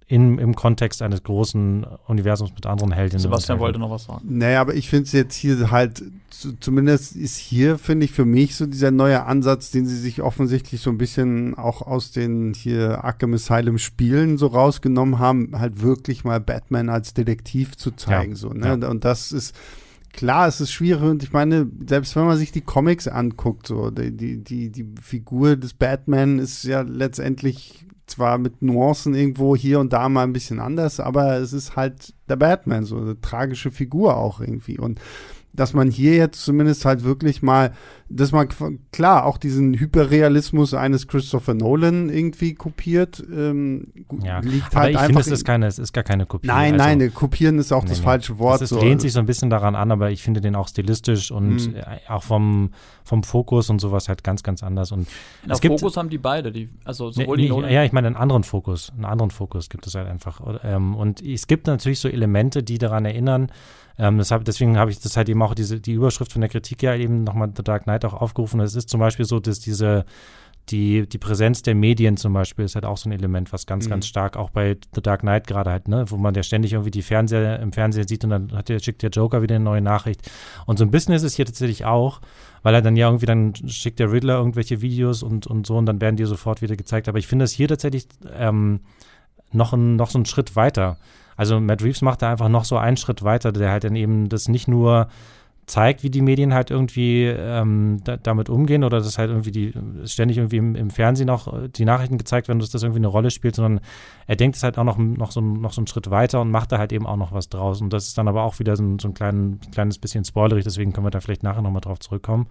im Kontext eines großen Universums mit anderen Heldinnen. Sebastian wollte noch was sagen. Naja, aber ich finde es jetzt hier halt, zumindest ist hier, finde ich, für mich so dieser neue Ansatz, den sie sich offensichtlich so ein bisschen auch aus den hier Arkham Asylum Spielen so rausgenommen haben, halt wirklich mal Batman als Detektiv zu zeigen. Ja. So, ne? Ja. Und das ist, klar, es ist schwierig und ich meine, selbst wenn man sich die Comics anguckt, so, die Figur des Batman ist ja letztendlich zwar mit Nuancen irgendwo hier und da mal ein bisschen anders, aber es ist halt der Batman, so eine tragische Figur auch irgendwie. Und dass man hier jetzt zumindest halt wirklich mal, dass man klar auch diesen Hyperrealismus eines Christopher Nolan irgendwie kopiert, liegt halt aber ich einfach. finde, es ist gar keine Kopie. Nein, kopieren ist auch das falsche Wort. Es lehnt sich so ein bisschen daran an, aber ich finde den auch stilistisch und auch vom Fokus und sowas halt ganz, ganz anders. Und Fokus haben die beide, also sowohl die Nolan. Ja, ich meine einen anderen Fokus gibt es halt einfach. Und es gibt natürlich so Elemente, die daran erinnern. Deswegen habe ich das halt eben auch die Überschrift von der Kritik ja eben nochmal The Dark Knight auch aufgerufen. Es ist zum Beispiel so, dass die Präsenz der Medien zum Beispiel ist halt auch so ein Element, was ganz, ganz stark auch bei The Dark Knight gerade halt, ne, wo man ja ständig irgendwie die im Fernsehen sieht und dann schickt der Joker wieder eine neue Nachricht. Und so ein bisschen ist es hier tatsächlich auch, weil er dann ja irgendwie, dann schickt der Riddler irgendwelche Videos und so und dann werden die sofort wieder gezeigt. Aber ich finde das hier tatsächlich noch so einen Schritt weiter. Also Matt Reeves macht da einfach noch so einen Schritt weiter, der halt dann eben das nicht nur zeigt, wie die Medien halt irgendwie damit umgehen oder dass halt irgendwie ständig irgendwie im Fernsehen auch die Nachrichten gezeigt werden, dass das irgendwie eine Rolle spielt, sondern er denkt es halt auch noch so einen Schritt weiter und macht da halt eben auch noch was draus. Und das ist dann aber auch wieder so ein kleines bisschen spoilerig, deswegen können wir da vielleicht nachher nochmal drauf zurückkommen.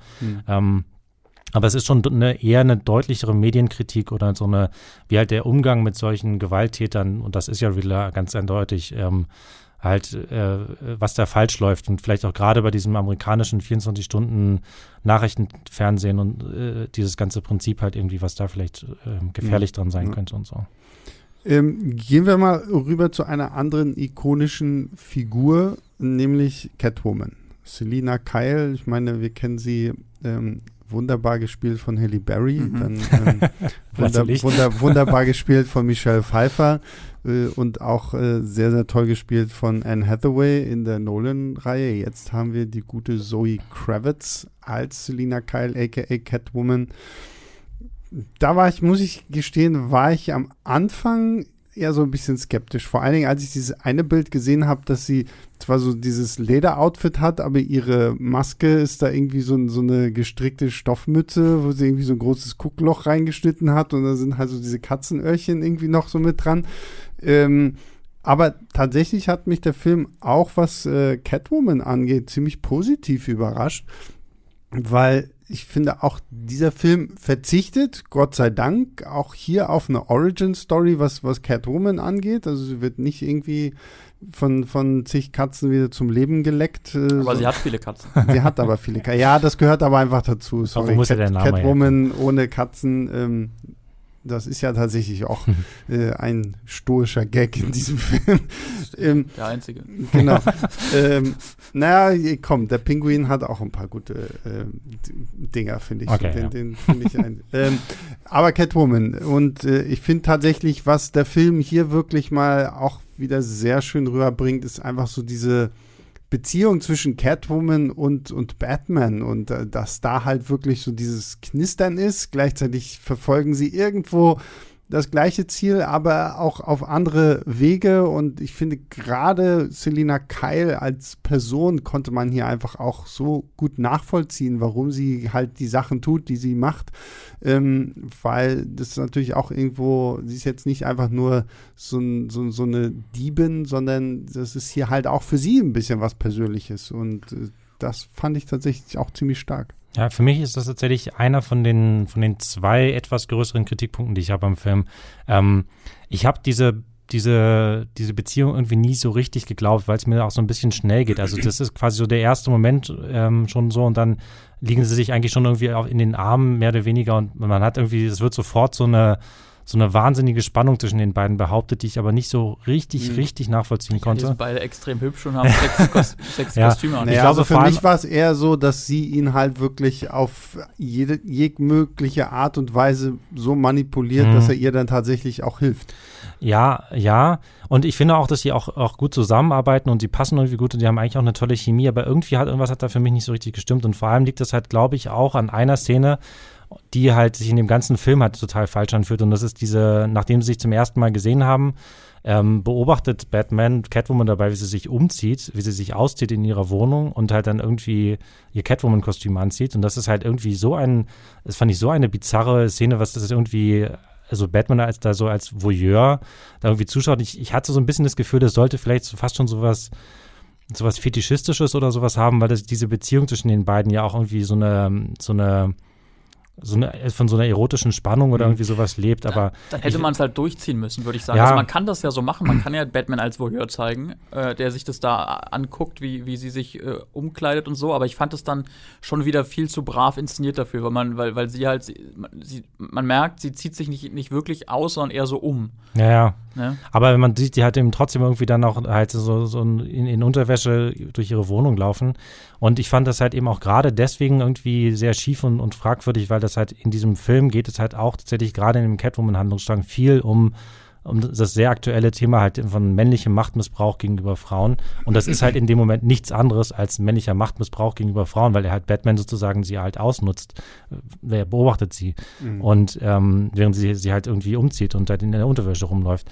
Aber es ist schon eher eine deutlichere Medienkritik oder so wie halt der Umgang mit solchen Gewalttätern, und das ist ja Riddler ganz eindeutig, was da falsch läuft. Und vielleicht auch gerade bei diesem amerikanischen 24-Stunden-Nachrichtenfernsehen und dieses ganze Prinzip halt irgendwie, was da vielleicht gefährlich dran sein könnte und so. Gehen wir mal rüber zu einer anderen ikonischen Figur, nämlich Catwoman. Selina Kyle, ich meine, wir kennen sie wunderbar gespielt von Halle Berry, dann wunderbar gespielt von Michelle Pfeiffer und auch sehr, sehr toll gespielt von Anne Hathaway in der Nolan-Reihe. Jetzt haben wir die gute Zoe Kravitz als Selina Kyle, a.k.a. Catwoman. Muss ich gestehen, war ich am Anfang eher so ein bisschen skeptisch. Vor allen Dingen, als ich dieses eine Bild gesehen habe, dass sie zwar so dieses Lederoutfit hat, aber ihre Maske ist da irgendwie so eine gestrickte Stoffmütze, wo sie irgendwie so ein großes Guckloch reingeschnitten hat und da sind halt so diese Katzenöhrchen irgendwie noch so mit dran. Aber tatsächlich hat mich der Film auch, was Catwoman angeht, ziemlich positiv überrascht, weil ich finde, auch dieser Film verzichtet, Gott sei Dank, auch hier auf eine Origin-Story, was Catwoman angeht. Also sie wird nicht irgendwie von zig Katzen wieder zum Leben geleckt. Aber sie hat viele Katzen. Sie hat aber viele Katzen. Ja, das gehört aber einfach dazu. Sorry, muss ja der Name Catwoman ohne Katzen, das ist ja tatsächlich auch ein stoischer Gag in diesem Film. Der einzige. Genau. Naja, komm, der Pinguin hat auch ein paar gute Dinger, finde ich. Okay, den finde ich aber Catwoman. Und ich finde tatsächlich, was der Film hier wirklich mal auch wieder sehr schön rüberbringt, ist einfach so diese Beziehung zwischen Catwoman und Batman und dass da halt wirklich so dieses Knistern ist. Gleichzeitig verfolgen sie irgendwo das gleiche Ziel, aber auch auf andere Wege, und ich finde gerade Selina Kyle als Person konnte man hier einfach auch so gut nachvollziehen, warum sie halt die Sachen tut, die sie macht, weil das natürlich auch irgendwo, sie ist jetzt nicht einfach nur so eine Diebin, sondern das ist hier halt auch für sie ein bisschen was Persönliches, und das fand ich tatsächlich auch ziemlich stark. Ja, für mich ist das tatsächlich einer von den zwei etwas größeren Kritikpunkten, die ich habe am Film. Ich habe diese Beziehung irgendwie nie so richtig geglaubt, weil es mir auch so ein bisschen schnell geht. Also das ist quasi so der erste Moment schon so, und dann liegen sie sich eigentlich schon irgendwie in den Armen, mehr oder weniger, und man hat irgendwie, es wird sofort so eine wahnsinnige Spannung zwischen den beiden behauptet, die ich aber nicht so richtig nachvollziehen konnte. Die sind beide extrem hübsch und haben sexy Kostüme an. Naja, also für mich war es eher so, dass sie ihn halt wirklich auf jegliche Art und Weise so manipuliert, dass er ihr dann tatsächlich auch hilft. Ja. Und ich finde auch, dass sie auch gut zusammenarbeiten und sie passen irgendwie gut und die haben eigentlich auch eine tolle Chemie, aber irgendwie irgendwas hat da für mich nicht so richtig gestimmt und vor allem liegt das halt, glaube ich, auch an einer Szene, die halt sich in dem ganzen Film halt total falsch anfühlt und das ist diese, nachdem sie sich zum ersten Mal gesehen haben, beobachtet Batman Catwoman dabei, wie sie sich umzieht, wie sie sich auszieht in ihrer Wohnung und halt dann irgendwie ihr Catwoman-Kostüm anzieht und das ist halt irgendwie das fand ich so eine bizarre Szene, was das ist irgendwie, also Batman als Voyeur da irgendwie zuschaut. Ich hatte so ein bisschen das Gefühl, das sollte vielleicht fast schon sowas Fetischistisches oder sowas haben, weil diese Beziehung zwischen den beiden ja auch irgendwie so eine von so einer erotischen Spannung oder irgendwie sowas lebt, aber dann hätte man es halt durchziehen müssen, würde ich sagen. Ja. Also man kann das ja so machen, man kann ja Batman als Voyeur zeigen, der sich das da anguckt, wie sie sich umkleidet und so, aber ich fand es dann schon wieder viel zu brav inszeniert dafür, weil sie halt, man merkt, sie zieht sich nicht wirklich aus, sondern eher so um. Ja. Ne? Aber man sieht die halt eben trotzdem irgendwie dann auch halt so in Unterwäsche durch ihre Wohnung laufen. Und ich fand das halt eben auch gerade deswegen irgendwie sehr schief und fragwürdig, weil das halt in diesem Film geht es halt auch tatsächlich gerade in dem Catwoman-Handlungsstrang viel um das sehr aktuelle Thema halt von männlichem Machtmissbrauch gegenüber Frauen. Und das ist halt in dem Moment nichts anderes als männlicher Machtmissbrauch gegenüber Frauen, weil er halt Batman sozusagen sie halt ausnutzt. Er beobachtet sie. Und während sie halt irgendwie umzieht und halt in der Unterwäsche rumläuft.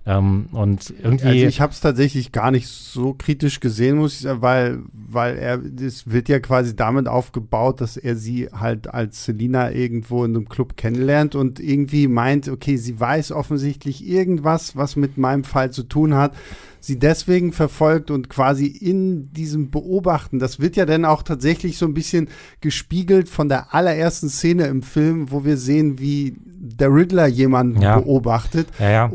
Und irgendwie. Also ich habe es tatsächlich gar nicht so kritisch gesehen, muss ich sagen, weil das wird ja quasi damit aufgebaut, dass er sie halt als Selina irgendwo in einem Club kennenlernt und irgendwie meint, okay, sie weiß offensichtlich irgendwas, was mit meinem Fall zu tun hat, sie deswegen verfolgt und quasi in diesem Beobachten, das wird ja dann auch tatsächlich so ein bisschen gespiegelt von der allerersten Szene im Film, wo wir sehen, wie der Riddler jemanden beobachtet. Ja,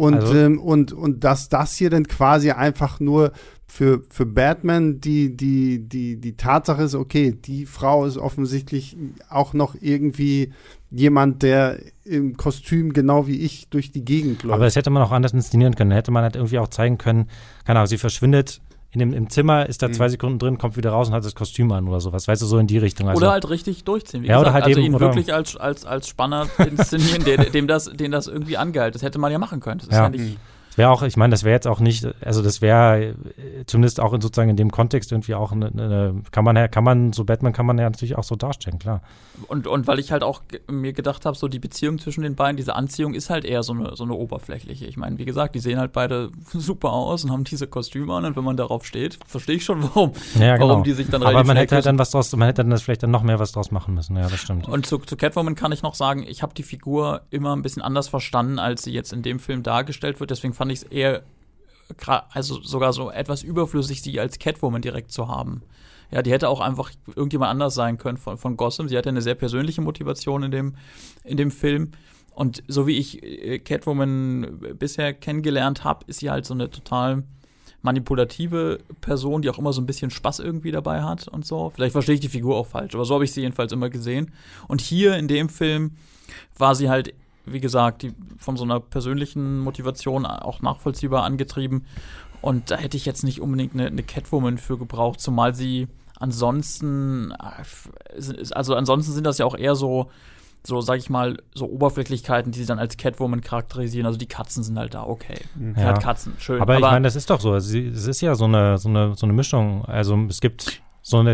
und dass das hier dann quasi einfach nur für Batman die Tatsache ist, okay, die Frau ist offensichtlich auch noch irgendwie jemand, der im Kostüm genau wie ich durch die Gegend läuft. Aber das hätte man auch anders inszenieren können. Da hätte man halt irgendwie auch zeigen können, keine Ahnung, sie verschwindet im Zimmer, ist da 2 Sekunden drin, kommt wieder raus und hat das Kostüm an oder sowas. Weißt du, so in die Richtung. Also, oder halt richtig durchziehen. Wie gesagt, oder halt also eben, ihn wirklich als Spanner inszenieren, den das irgendwie angeheilt. Das hätte man ja machen können. Das ist ja nicht. Wäre auch, ich meine, das wäre jetzt auch nicht, also das wäre zumindest auch sozusagen in dem Kontext irgendwie auch kann man so Batman kann man ja natürlich auch so darstellen, klar. Und weil ich halt auch mir gedacht habe, so die Beziehung zwischen den beiden, diese Anziehung ist halt eher so eine oberflächliche. Ich meine, wie gesagt, die sehen halt beide super aus und haben diese Kostüme an und wenn man darauf steht, verstehe ich schon, warum die sich dann aber man hätte halt dann vielleicht dann noch mehr was draus machen müssen, ja, das stimmt. Und zu Catwoman kann ich noch sagen, ich habe die Figur immer ein bisschen anders verstanden, als sie jetzt in dem Film dargestellt wird, deswegen fand ich es eher, also sogar so etwas überflüssig, sie als Catwoman direkt zu haben. Ja, die hätte auch einfach irgendjemand anders sein können von Gotham. Sie hatte eine sehr persönliche Motivation in dem Film. Und so wie ich Catwoman bisher kennengelernt habe, ist sie halt so eine total manipulative Person, die auch immer so ein bisschen Spaß irgendwie dabei hat und so. Vielleicht verstehe ich die Figur auch falsch, aber so habe ich sie jedenfalls immer gesehen. Und hier in dem Film war sie halt, wie gesagt, die von so einer persönlichen Motivation auch nachvollziehbar angetrieben. Und da hätte ich jetzt nicht unbedingt eine Catwoman für gebraucht, zumal sie ansonsten sind das ja auch eher so, sag ich mal, so Oberflächlichkeiten, die sie dann als Catwoman charakterisieren. Also die Katzen sind halt da, okay. Sie hat Katzen, schön. Aber ich meine, das ist doch so. Es ist ja so eine Mischung. Also es gibt so eine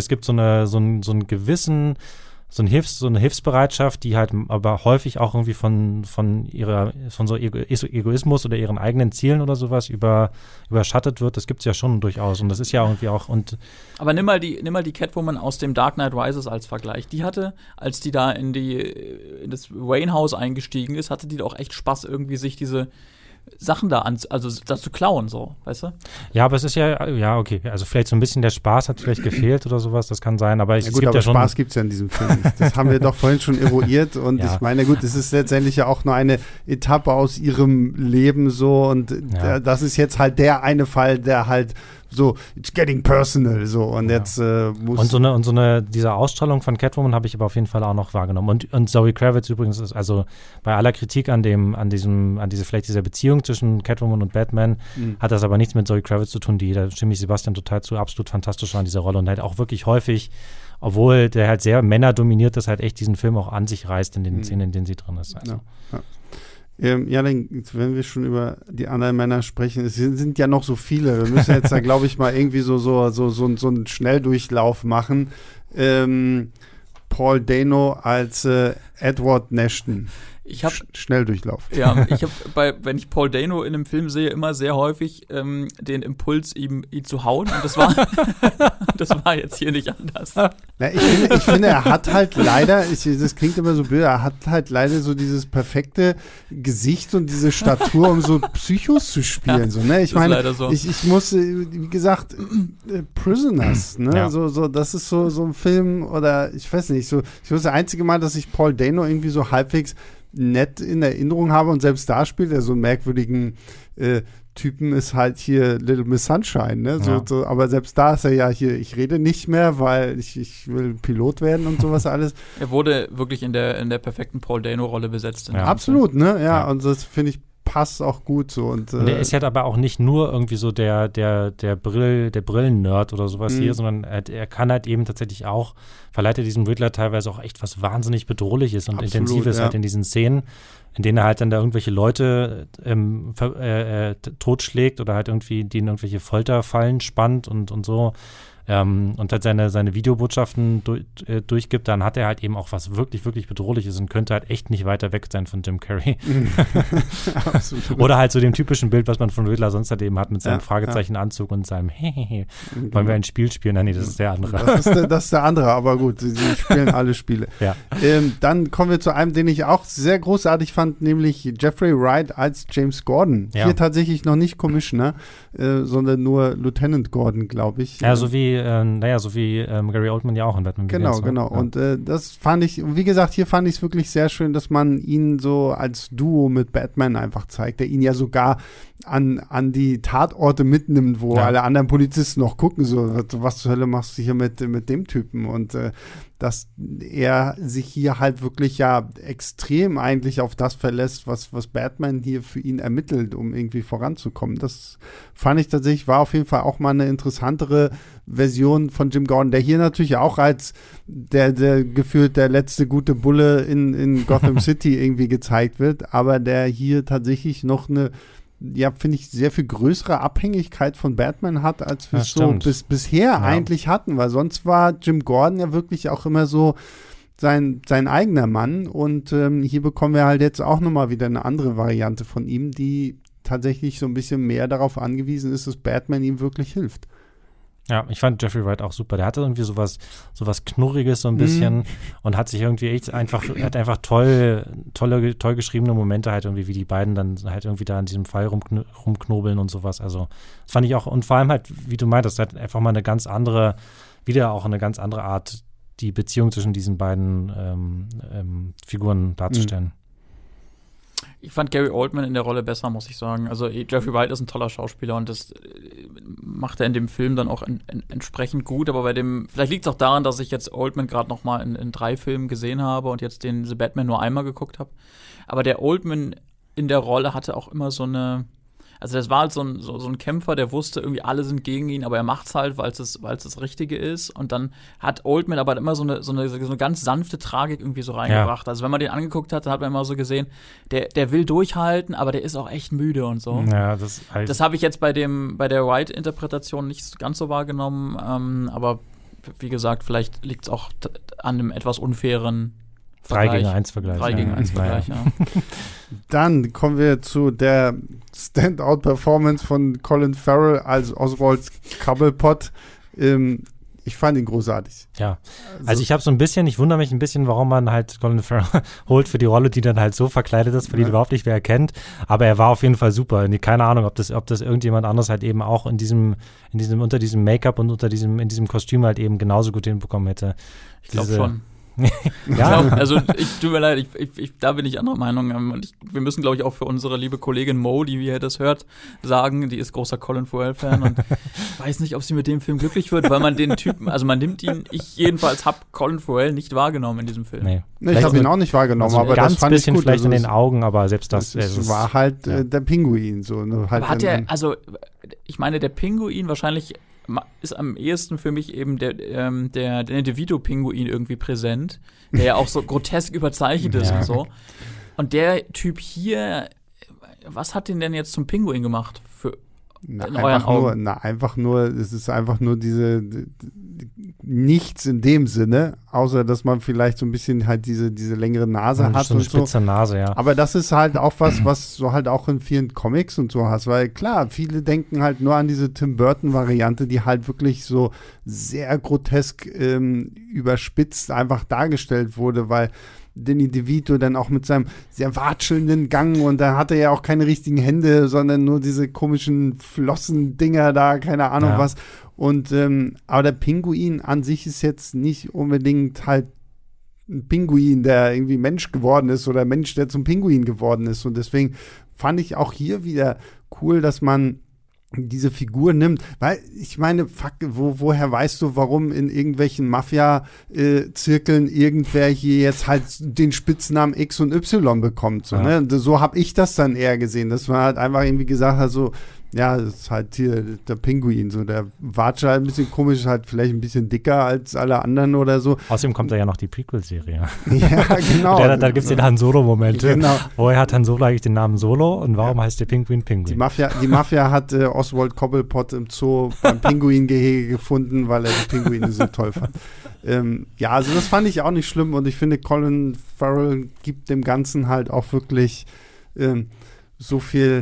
Hilfsbereitschaft, die halt aber häufig auch irgendwie von so Egoismus oder ihren eigenen Zielen oder sowas überschattet wird. Das gibt's ja schon durchaus und das ist ja irgendwie auch aber nimm mal die Catwoman aus dem Dark Knight Rises als Vergleich. Die hatte, als die da in das Wayne-Haus eingestiegen ist, hatte die doch echt Spaß, irgendwie sich diese Sachen also das zu klauen, so, weißt du? Ja, aber es ist ja, okay, also vielleicht so ein bisschen der Spaß hat vielleicht gefehlt oder sowas, das kann sein, aber Spaß gibt es ja in diesem Film nicht. Das haben wir doch vorhin schon eruiert und ich meine, gut, es ist letztendlich ja auch nur eine Etappe aus ihrem Leben so und das ist jetzt halt der eine Fall, der halt so, it's getting personal, so, und jetzt muss. Und diese Ausstrahlung von Catwoman habe ich aber auf jeden Fall auch noch wahrgenommen. Und Zoe Kravitz übrigens ist, also bei aller Kritik an dieser Beziehung zwischen Catwoman und Batman, hat das aber nichts mit Zoe Kravitz zu tun, da stimme ich Sebastian total zu, absolut fantastisch war an dieser Rolle und halt auch wirklich häufig, obwohl der halt sehr männerdominiert ist, halt echt diesen Film auch an sich reißt in den Szenen, in denen sie drin ist. Also. Ja, dann, wenn wir schon über die anderen Männer sprechen, es sind ja noch so viele. Wir müssen jetzt da, glaube ich, mal irgendwie so einen Schnelldurchdurchlauf machen. Paul Dano als Edward Nashton. Schnelldurchlauf. Ja, ich habe wenn ich Paul Dano in einem Film sehe, immer sehr häufig den Impuls, ihn zu hauen. Und das war jetzt hier nicht anders. Ja, ich finde, er hat halt leider, das klingt immer so blöd, er hat halt leider so dieses perfekte Gesicht und diese Statur, um so Psychos zu spielen. Ja, so, ne? Ich meine, so. ich muss, wie gesagt, Prisoners, ne? Ja. So, das ist so ein Film, oder ich weiß nicht, so, ich weiß, das einzige Mal, dass ich Paul Dano irgendwie so halbwegs nett in Erinnerung habe und selbst da spielt er so einen merkwürdigen Typen, ist halt hier Little Miss Sunshine, ne? Ja. So, aber selbst da ist er ja hier, ich rede nicht mehr, weil ich will Pilot werden und sowas alles. Er wurde wirklich in der perfekten Paul Dano-Rolle besetzt. Ja. Absolut, ne? Ja, und das finde ich passt auch gut so. Und er ist halt aber auch nicht nur irgendwie so der Brillen-Nerd oder sowas hier, sondern er kann halt eben tatsächlich auch, verleiht er diesem Riddler teilweise auch echt was wahnsinnig Bedrohliches und Intensives halt in diesen Szenen, in denen er halt dann da irgendwelche Leute totschlägt oder halt irgendwie, die in irgendwelche Folterfallen spannt und so. Und halt seine Videobotschaften durchgibt, dann hat er halt eben auch was wirklich, wirklich Bedrohliches und könnte halt echt nicht weiter weg sein von Jim Carrey. Absolut. Oder halt so dem typischen Bild, was man von Riddler sonst halt eben hat, mit seinem Fragezeichenanzug und seinem Hehehe. Wollen wir ein Spiel spielen? Nee, das ist der andere. Das ist der andere, aber gut, sie spielen alle Spiele. Ja. Dann kommen wir zu einem, den ich auch sehr großartig fand, nämlich Jeffrey Wright als James Gordon. Ja. Hier tatsächlich noch nicht Commissioner, sondern nur Lieutenant Gordon, glaube ich. Ja, so wie Gary Oldman ja auch in Batman Begins. Genau. Ja. Und das fand ich, wie gesagt, hier fand ich es wirklich sehr schön, dass man ihn so als Duo mit Batman einfach zeigt, der ihn ja sogar an die Tatorte mitnimmt, wo alle anderen Polizisten noch gucken, so, was zur Hölle machst du hier mit dem Typen? Und dass er sich hier halt wirklich ja extrem eigentlich auf das verlässt, was Batman hier für ihn ermittelt, um irgendwie voranzukommen. Das fand ich tatsächlich, war auf jeden Fall auch mal eine interessantere Version von Jim Gordon, der hier natürlich auch als der gefühlt der letzte gute Bulle in Gotham City irgendwie gezeigt wird, aber der hier tatsächlich noch eine, ja, finde ich, sehr viel größere Abhängigkeit von Batman hat, als wir es so bisher eigentlich hatten, weil sonst war Jim Gordon ja wirklich auch immer so sein eigener Mann und hier bekommen wir halt jetzt auch nochmal wieder eine andere Variante von ihm, die tatsächlich so ein bisschen mehr darauf angewiesen ist, dass Batman ihm wirklich hilft. Ja, ich fand Jeffrey Wright auch super. Der hatte irgendwie sowas Knurriges so ein bisschen und hat sich irgendwie echt einfach toll geschriebene Momente halt irgendwie, wie die beiden dann halt irgendwie da an diesem Fall rumknobeln und sowas. Also das fand ich auch, und vor allem halt, wie du meintest, halt einfach mal eine ganz andere Art, die Beziehung zwischen diesen beiden Figuren darzustellen. Ich fand Gary Oldman in der Rolle besser, muss ich sagen. Also Jeffrey Wright ist ein toller Schauspieler und das macht er in dem Film dann auch entsprechend gut. Aber vielleicht liegt es auch daran, dass ich jetzt Oldman gerade noch mal in 3 Filmen gesehen habe und jetzt den The Batman nur einmal geguckt habe. Aber der Oldman in der Rolle hatte auch immer so eine, also das war halt so ein Kämpfer, der wusste, irgendwie alle sind gegen ihn, aber er macht's halt, weil es das Richtige ist. Und dann hat Oldman aber immer so eine ganz sanfte Tragik irgendwie so reingebracht. Ja. Also wenn man den angeguckt hat, dann hat man immer so gesehen, der will durchhalten, aber der ist auch echt müde und so. Ja, das habe ich jetzt bei der Wright-Interpretation nicht ganz so wahrgenommen. Aber wie gesagt, vielleicht liegt es auch an einem etwas unfairen 3-gegen-1-Vergleich. 3-gegen-1-Vergleich, ja. Dann kommen wir zu der Standout-Performance von Colin Farrell als Oswald Cobblepot. Ich fand ihn großartig. Ja, also ich wundere mich ein bisschen, warum man halt Colin Farrell holt für die Rolle, die dann halt so verkleidet ist, für die überhaupt nicht wer erkennt. Aber er war auf jeden Fall super. Keine Ahnung, ob das irgendjemand anderes halt eben auch unter diesem Make-up und in diesem Kostüm halt eben genauso gut hinbekommen hätte. Ich glaube schon. Ja, Tut mir leid, da bin ich anderer Meinung. Wir müssen, glaube ich, auch für unsere liebe Kollegin Mo, die wie ihr das hört, sagen, die ist großer Colin Farrell-Fan und ich weiß nicht, ob sie mit dem Film glücklich wird, weil man den Typen, also man nimmt ihn, ich jedenfalls habe Colin Farrell nicht wahrgenommen in diesem Film. Nee, ich habe ihn auch nicht wahrgenommen, also aber ganz das fand bisschen ich gut. Vielleicht in den Augen, aber selbst das war halt der Pinguin. So, ne, halt aber hat ich meine, der Pinguin wahrscheinlich ist am ehesten für mich eben der DeVito-Pinguin irgendwie präsent, der ja auch so grotesk überzeichnet ist und so. Und der Typ hier, was hat den denn jetzt zum Pinguin gemacht? Einfach nur, es ist einfach nur nichts in dem Sinne, außer dass man vielleicht so ein bisschen halt diese längere Nase hat so eine spitze Nase, ja. Aber das ist halt auch was so halt auch in vielen Comics und so hast, weil klar, viele denken halt nur an diese Tim Burton-Variante, die halt wirklich so sehr grotesk überspitzt einfach dargestellt wurde, weil Danny DeVito dann auch mit seinem sehr watschelnden Gang und da hat er ja auch keine richtigen Hände, sondern nur diese komischen Flossendinger da, keine Ahnung was. Und aber der Pinguin an sich ist jetzt nicht unbedingt halt ein Pinguin, der irgendwie Mensch geworden ist oder Mensch, der zum Pinguin geworden ist. Und deswegen fand ich auch hier wieder cool, dass man diese Figur nimmt, weil ich meine, fuck, woher weißt du, warum in irgendwelchen Mafia-Zirkeln irgendwer hier jetzt halt den Spitznamen X und Y bekommt, so, ne? So habe ich das dann eher gesehen, dass man halt einfach irgendwie gesagt hat, so, ja, das ist halt hier der Pinguin, so, der Watsche halt ein bisschen komisch, halt vielleicht ein bisschen dicker als alle anderen oder so. Außerdem kommt da ja noch die Prequel-Serie. Ja, genau. Da gibt es den Han Solo-Momente. Genau. Woher hat Han Solo eigentlich den Namen Solo und warum heißt der Pinguin Pinguin? Die Mafia hat Oswald Cobblepot im Zoo beim Pinguingehege gefunden, weil er die Pinguine so toll fand. Ja, also das fand ich auch nicht schlimm und ich finde, Colin Farrell gibt dem Ganzen halt auch wirklich so viel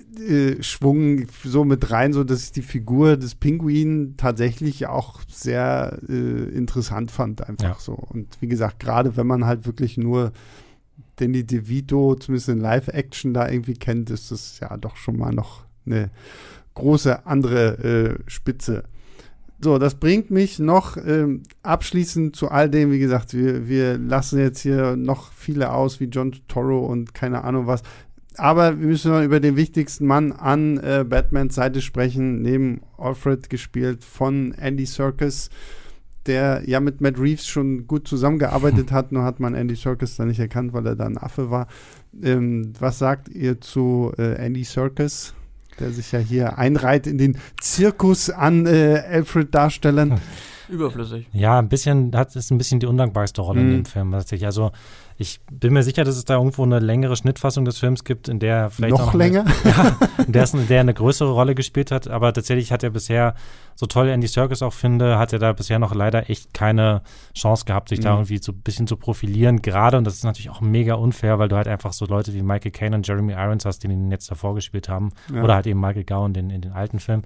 Schwung so mit rein, so dass ich die Figur des Pinguin tatsächlich auch sehr interessant fand, einfach so. Und wie gesagt, gerade wenn man halt wirklich nur Danny DeVito, zumindest in Live-Action da irgendwie kennt, ist das ja doch schon mal noch eine große andere Spitze. So, das bringt mich noch abschließend zu all dem, wie gesagt, wir lassen jetzt hier noch viele aus, wie John Turturro und keine Ahnung was. Aber wir müssen noch über den wichtigsten Mann an Batmans Seite sprechen, neben Alfred, gespielt von Andy Serkis, der ja mit Matt Reeves schon gut zusammengearbeitet hat, nur hat man Andy Serkis da nicht erkannt, weil er da ein Affe war. Was sagt ihr zu Andy Serkis, der sich ja hier einreiht in den Zirkus an Alfred-Darstellern? Überflüssig. Ja, ist ein bisschen die undankbarste Rolle in dem Film tatsächlich. Also ich bin mir sicher, dass es da irgendwo eine längere Schnittfassung des Films gibt, in der vielleicht noch länger? In der eine größere Rolle gespielt hat. Aber tatsächlich hat er bisher, so toll Andy Serkis auch finde, hat er da bisher noch leider echt keine Chance gehabt, sich da irgendwie so ein bisschen zu profilieren. Gerade, und das ist natürlich auch mega unfair, weil du halt einfach so Leute wie Michael Caine und Jeremy Irons hast, die ihn jetzt davor gespielt haben. Ja. Oder halt eben Michael Gowan in den alten Filmen.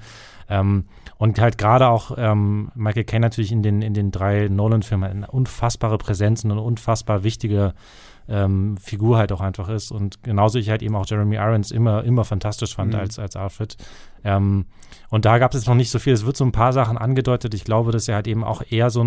Und halt gerade auch Michael Caine natürlich in den 3 Nolan-Filmen eine unfassbare Präsenz und eine unfassbar wichtige Figur halt auch einfach ist. Und genauso ich halt eben auch Jeremy Irons immer fantastisch fand als Alfred. Und da gab es noch nicht so viel. Es wird so ein paar Sachen angedeutet. Ich glaube, dass er halt eben auch eher so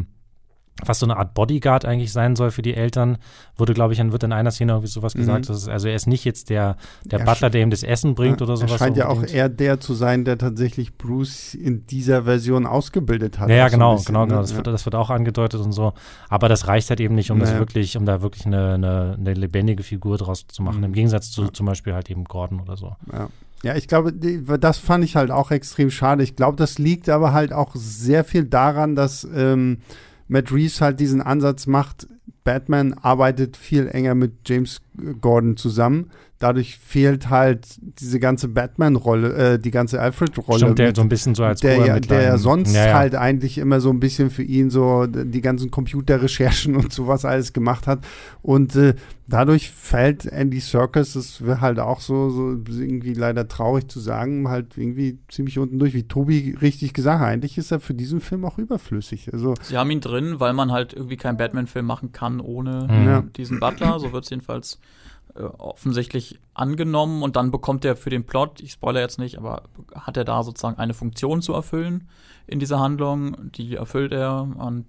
fast so eine Art Bodyguard eigentlich sein soll für die Eltern, wird in einer Szene irgendwie sowas gesagt. Also er ist nicht jetzt der Butler, der ihm das Essen bringt oder sowas. Er scheint ja auch eher der zu sein, der tatsächlich Bruce in dieser Version ausgebildet hat. Ja, genau. Das wird auch angedeutet und so. Aber das reicht halt eben nicht, um da wirklich eine lebendige Figur draus zu machen. Im Gegensatz zu zum Beispiel halt eben Gordon oder so. Ja, ich glaube, das fand ich halt auch extrem schade. Ich glaube, das liegt aber halt auch sehr viel daran, dass Matt Reeves halt diesen Ansatz macht, Batman arbeitet viel enger mit James Gordon zusammen. Dadurch fehlt halt diese ganze Batman-Rolle, die ganze Alfred-Rolle. Stimmt, der so ein bisschen so als der sonst halt eigentlich immer so ein bisschen für ihn so die ganzen Computerrecherchen und sowas alles gemacht hat. Und dadurch fällt Andy Serkis, das wäre halt auch so irgendwie leider traurig zu sagen, halt irgendwie ziemlich unten durch, wie Tobi richtig gesagt hat. Eigentlich ist er für diesen Film auch überflüssig. Also, sie haben ihn drin, weil man halt irgendwie keinen Batman-Film machen kann ohne diesen Butler. So wird es jedenfalls offensichtlich angenommen. Und dann bekommt er für den Plot, ich spoilere jetzt nicht, aber hat er da sozusagen eine Funktion zu erfüllen in dieser Handlung. Die erfüllt er und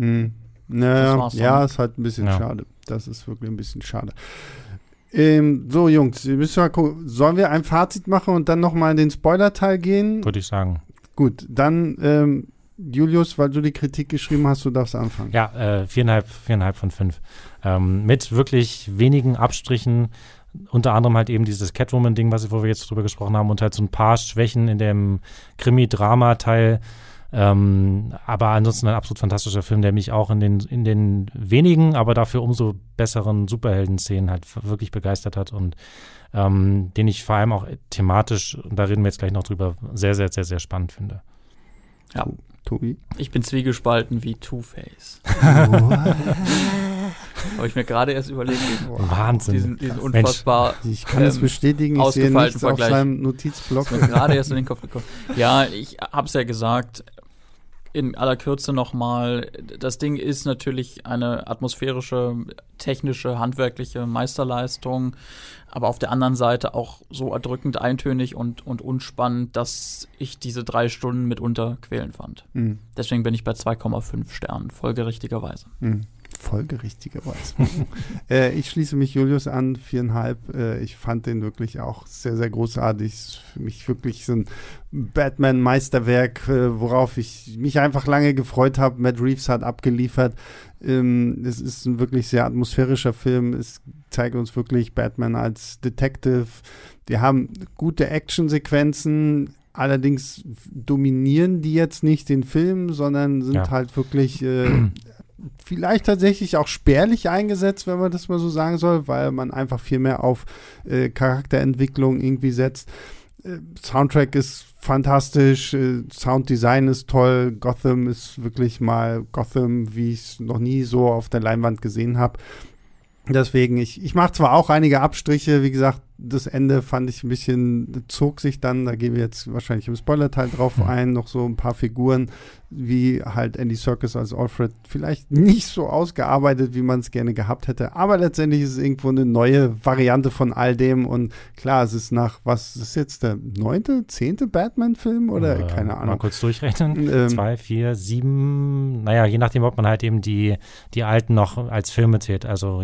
ist halt ein bisschen schade. Das ist wirklich ein bisschen schade. So, Jungs, wir müssen mal gucken. Sollen wir ein Fazit machen und dann nochmal in den Spoiler-Teil gehen? Würde ich sagen. Gut, dann Julius, weil du die Kritik geschrieben hast, du darfst anfangen. Ja, 4,5 von 5. Mit wirklich wenigen Abstrichen, unter anderem halt eben dieses Catwoman-Ding, wo wir jetzt drüber gesprochen haben, und halt so ein paar Schwächen in dem Krimi-Drama-Teil, Aber ansonsten ein absolut fantastischer Film, der mich auch in den wenigen, aber dafür umso besseren Superhelden-Szenen halt wirklich begeistert hat und den ich vor allem auch thematisch, und da reden wir jetzt gleich noch drüber, sehr, sehr, sehr, sehr spannend finde. Ja. Tobi? Ich bin zwiegespalten wie Two-Face. Habe ich mir gerade erst überlegt. Wahnsinn. Diesen unfassbar ich kann es bestätigen, ich sehe nichts auf seinem Notizblock. Ist mir gerade erst in den Kopf gekommen. Ja, ich habe es ja gesagt, in aller Kürze nochmal, das Ding ist natürlich eine atmosphärische, technische, handwerkliche Meisterleistung, aber auf der anderen Seite auch so erdrückend eintönig und unspannend, dass ich diese 3 Stunden mitunter quälend fand. Mhm. Deswegen bin ich bei 2,5 Sternen, folgerichtigerweise. Mhm. Folgerichtigerweise. Ich schließe mich Julius an, 4,5. Ich fand den wirklich auch sehr, sehr großartig. Für mich wirklich so ein Batman-Meisterwerk, worauf ich mich einfach lange gefreut habe. Matt Reeves hat abgeliefert. Es ist ein wirklich sehr atmosphärischer Film. Es zeigt uns wirklich Batman als Detective. Wir haben gute Actionsequenzen. Allerdings dominieren die jetzt nicht den Film, sondern sind halt wirklich vielleicht tatsächlich auch spärlich eingesetzt, wenn man das mal so sagen soll, weil man einfach viel mehr auf Charakterentwicklung irgendwie setzt. Soundtrack ist fantastisch, Sounddesign ist toll, Gotham ist wirklich mal Gotham, wie ich es noch nie so auf der Leinwand gesehen habe. Deswegen, ich mache zwar auch einige Abstriche, wie gesagt, das Ende fand ich ein bisschen, zog sich dann, da gehen wir jetzt wahrscheinlich im Spoilerteil drauf ein, noch so ein paar Figuren, wie halt Andy Serkis als Alfred, vielleicht nicht so ausgearbeitet, wie man es gerne gehabt hätte, aber letztendlich ist es irgendwo eine neue Variante von all dem und klar, es ist was ist jetzt der 9., 10. Batman-Film oder keine Ahnung. Mal kurz durchrechnen, 2, 4, 7, naja, je nachdem, ob man halt eben die alten noch als Filme zählt, also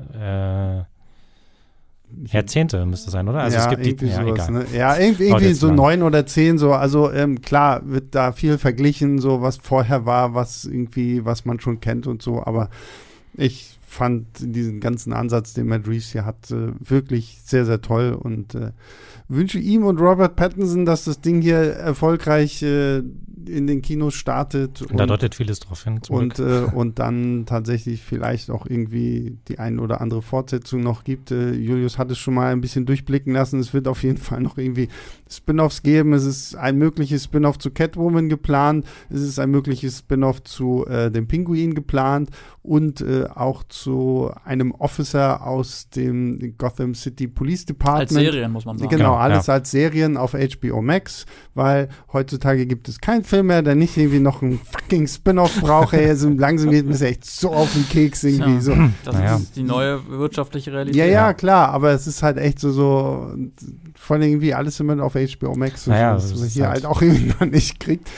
Jahrzehnte müsste es sein, oder? Also ja, es gibt irgendwie sowas, egal. Ne? Ja, irgendwie so 9 oder 10, so, also klar wird da viel verglichen, so was vorher war, was man schon kennt und so, aber ich fand diesen ganzen Ansatz, den Matt Reeves hier hat, wirklich sehr, sehr toll und wünsche ihm und Robert Pattinson, dass das Ding hier erfolgreich in den Kinos startet. Und da deutet vieles drauf hin. Und dann tatsächlich vielleicht auch irgendwie die ein oder andere Fortsetzung noch gibt. Julius hat es schon mal ein bisschen durchblicken lassen. Es wird auf jeden Fall noch irgendwie Spin-offs geben. Es ist ein mögliches Spin-off zu Catwoman geplant. Es ist ein mögliches Spin-off zu dem Pinguin geplant und auch zu einem Officer aus dem Gotham City Police Department. Als Serien, muss man sagen. Genau, alles als Serien auf HBO Max, weil heutzutage gibt es keinen Film mehr, der nicht irgendwie noch einen fucking Spin-off braucht. Ey, so langsam geht mir das echt so auf den Keks irgendwie. Ja, so. Das ist die neue wirtschaftliche Realität. Ja, klar, aber es ist halt echt so von irgendwie alles immer auf HBO Max, was man hier halt auch irgendwie noch nicht kriegt.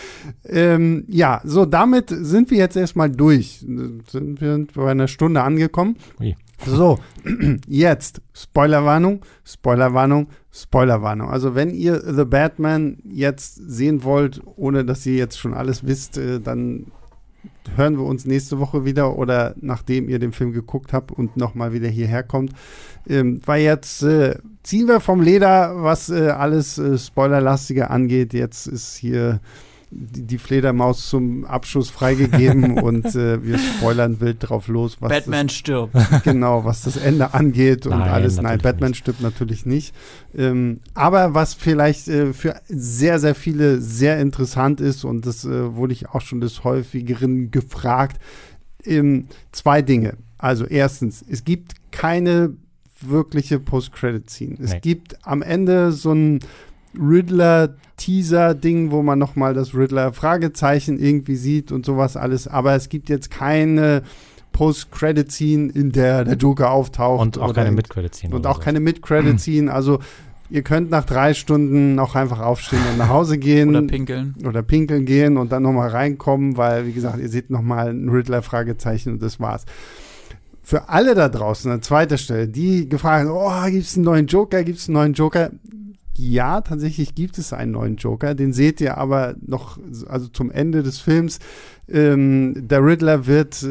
So, damit sind wir jetzt erstmal durch. Sind wir bei einer Stunde angekommen. Ui. So, jetzt Spoilerwarnung, Spoilerwarnung, Spoilerwarnung. Also wenn ihr The Batman jetzt sehen wollt, ohne dass ihr jetzt schon alles wisst, dann hören wir uns nächste Woche wieder oder nachdem ihr den Film geguckt habt und nochmal wieder hierher kommt. Weil jetzt ziehen wir vom Leder, was alles Spoilerlastige angeht. Jetzt ist hier die Fledermaus zum Abschuss freigegeben und wir spoilern wild drauf los. Was Batman stirbt. Genau, was das Ende angeht und alles. Nein, Batman stirbt natürlich nicht. Aber was vielleicht für sehr, sehr viele sehr interessant ist, und das wurde ich auch schon des Häufigeren gefragt, 2 Dinge. Also erstens, es gibt keine wirkliche Post-Credit-Scene. Es gibt am Ende so ein Riddler-Teaser-Ding, wo man nochmal das Riddler-Fragezeichen irgendwie sieht und sowas alles, aber es gibt jetzt keine Post-Credit-Scene, in der der Joker auftaucht. Und auch keine Mid-Credit-Scene. Und auch keine Mid-Credit-Scene, also ihr könnt nach 3 Stunden auch einfach aufstehen und nach Hause gehen. Oder pinkeln gehen und dann nochmal reinkommen, weil, wie gesagt, ihr seht nochmal ein Riddler-Fragezeichen und das war's. Für alle da draußen an zweiter Stelle, die gefragt haben, gibt's einen neuen Joker, Ja, tatsächlich gibt es einen neuen Joker. Den seht ihr aber noch, also zum Ende des Films. Der Riddler wird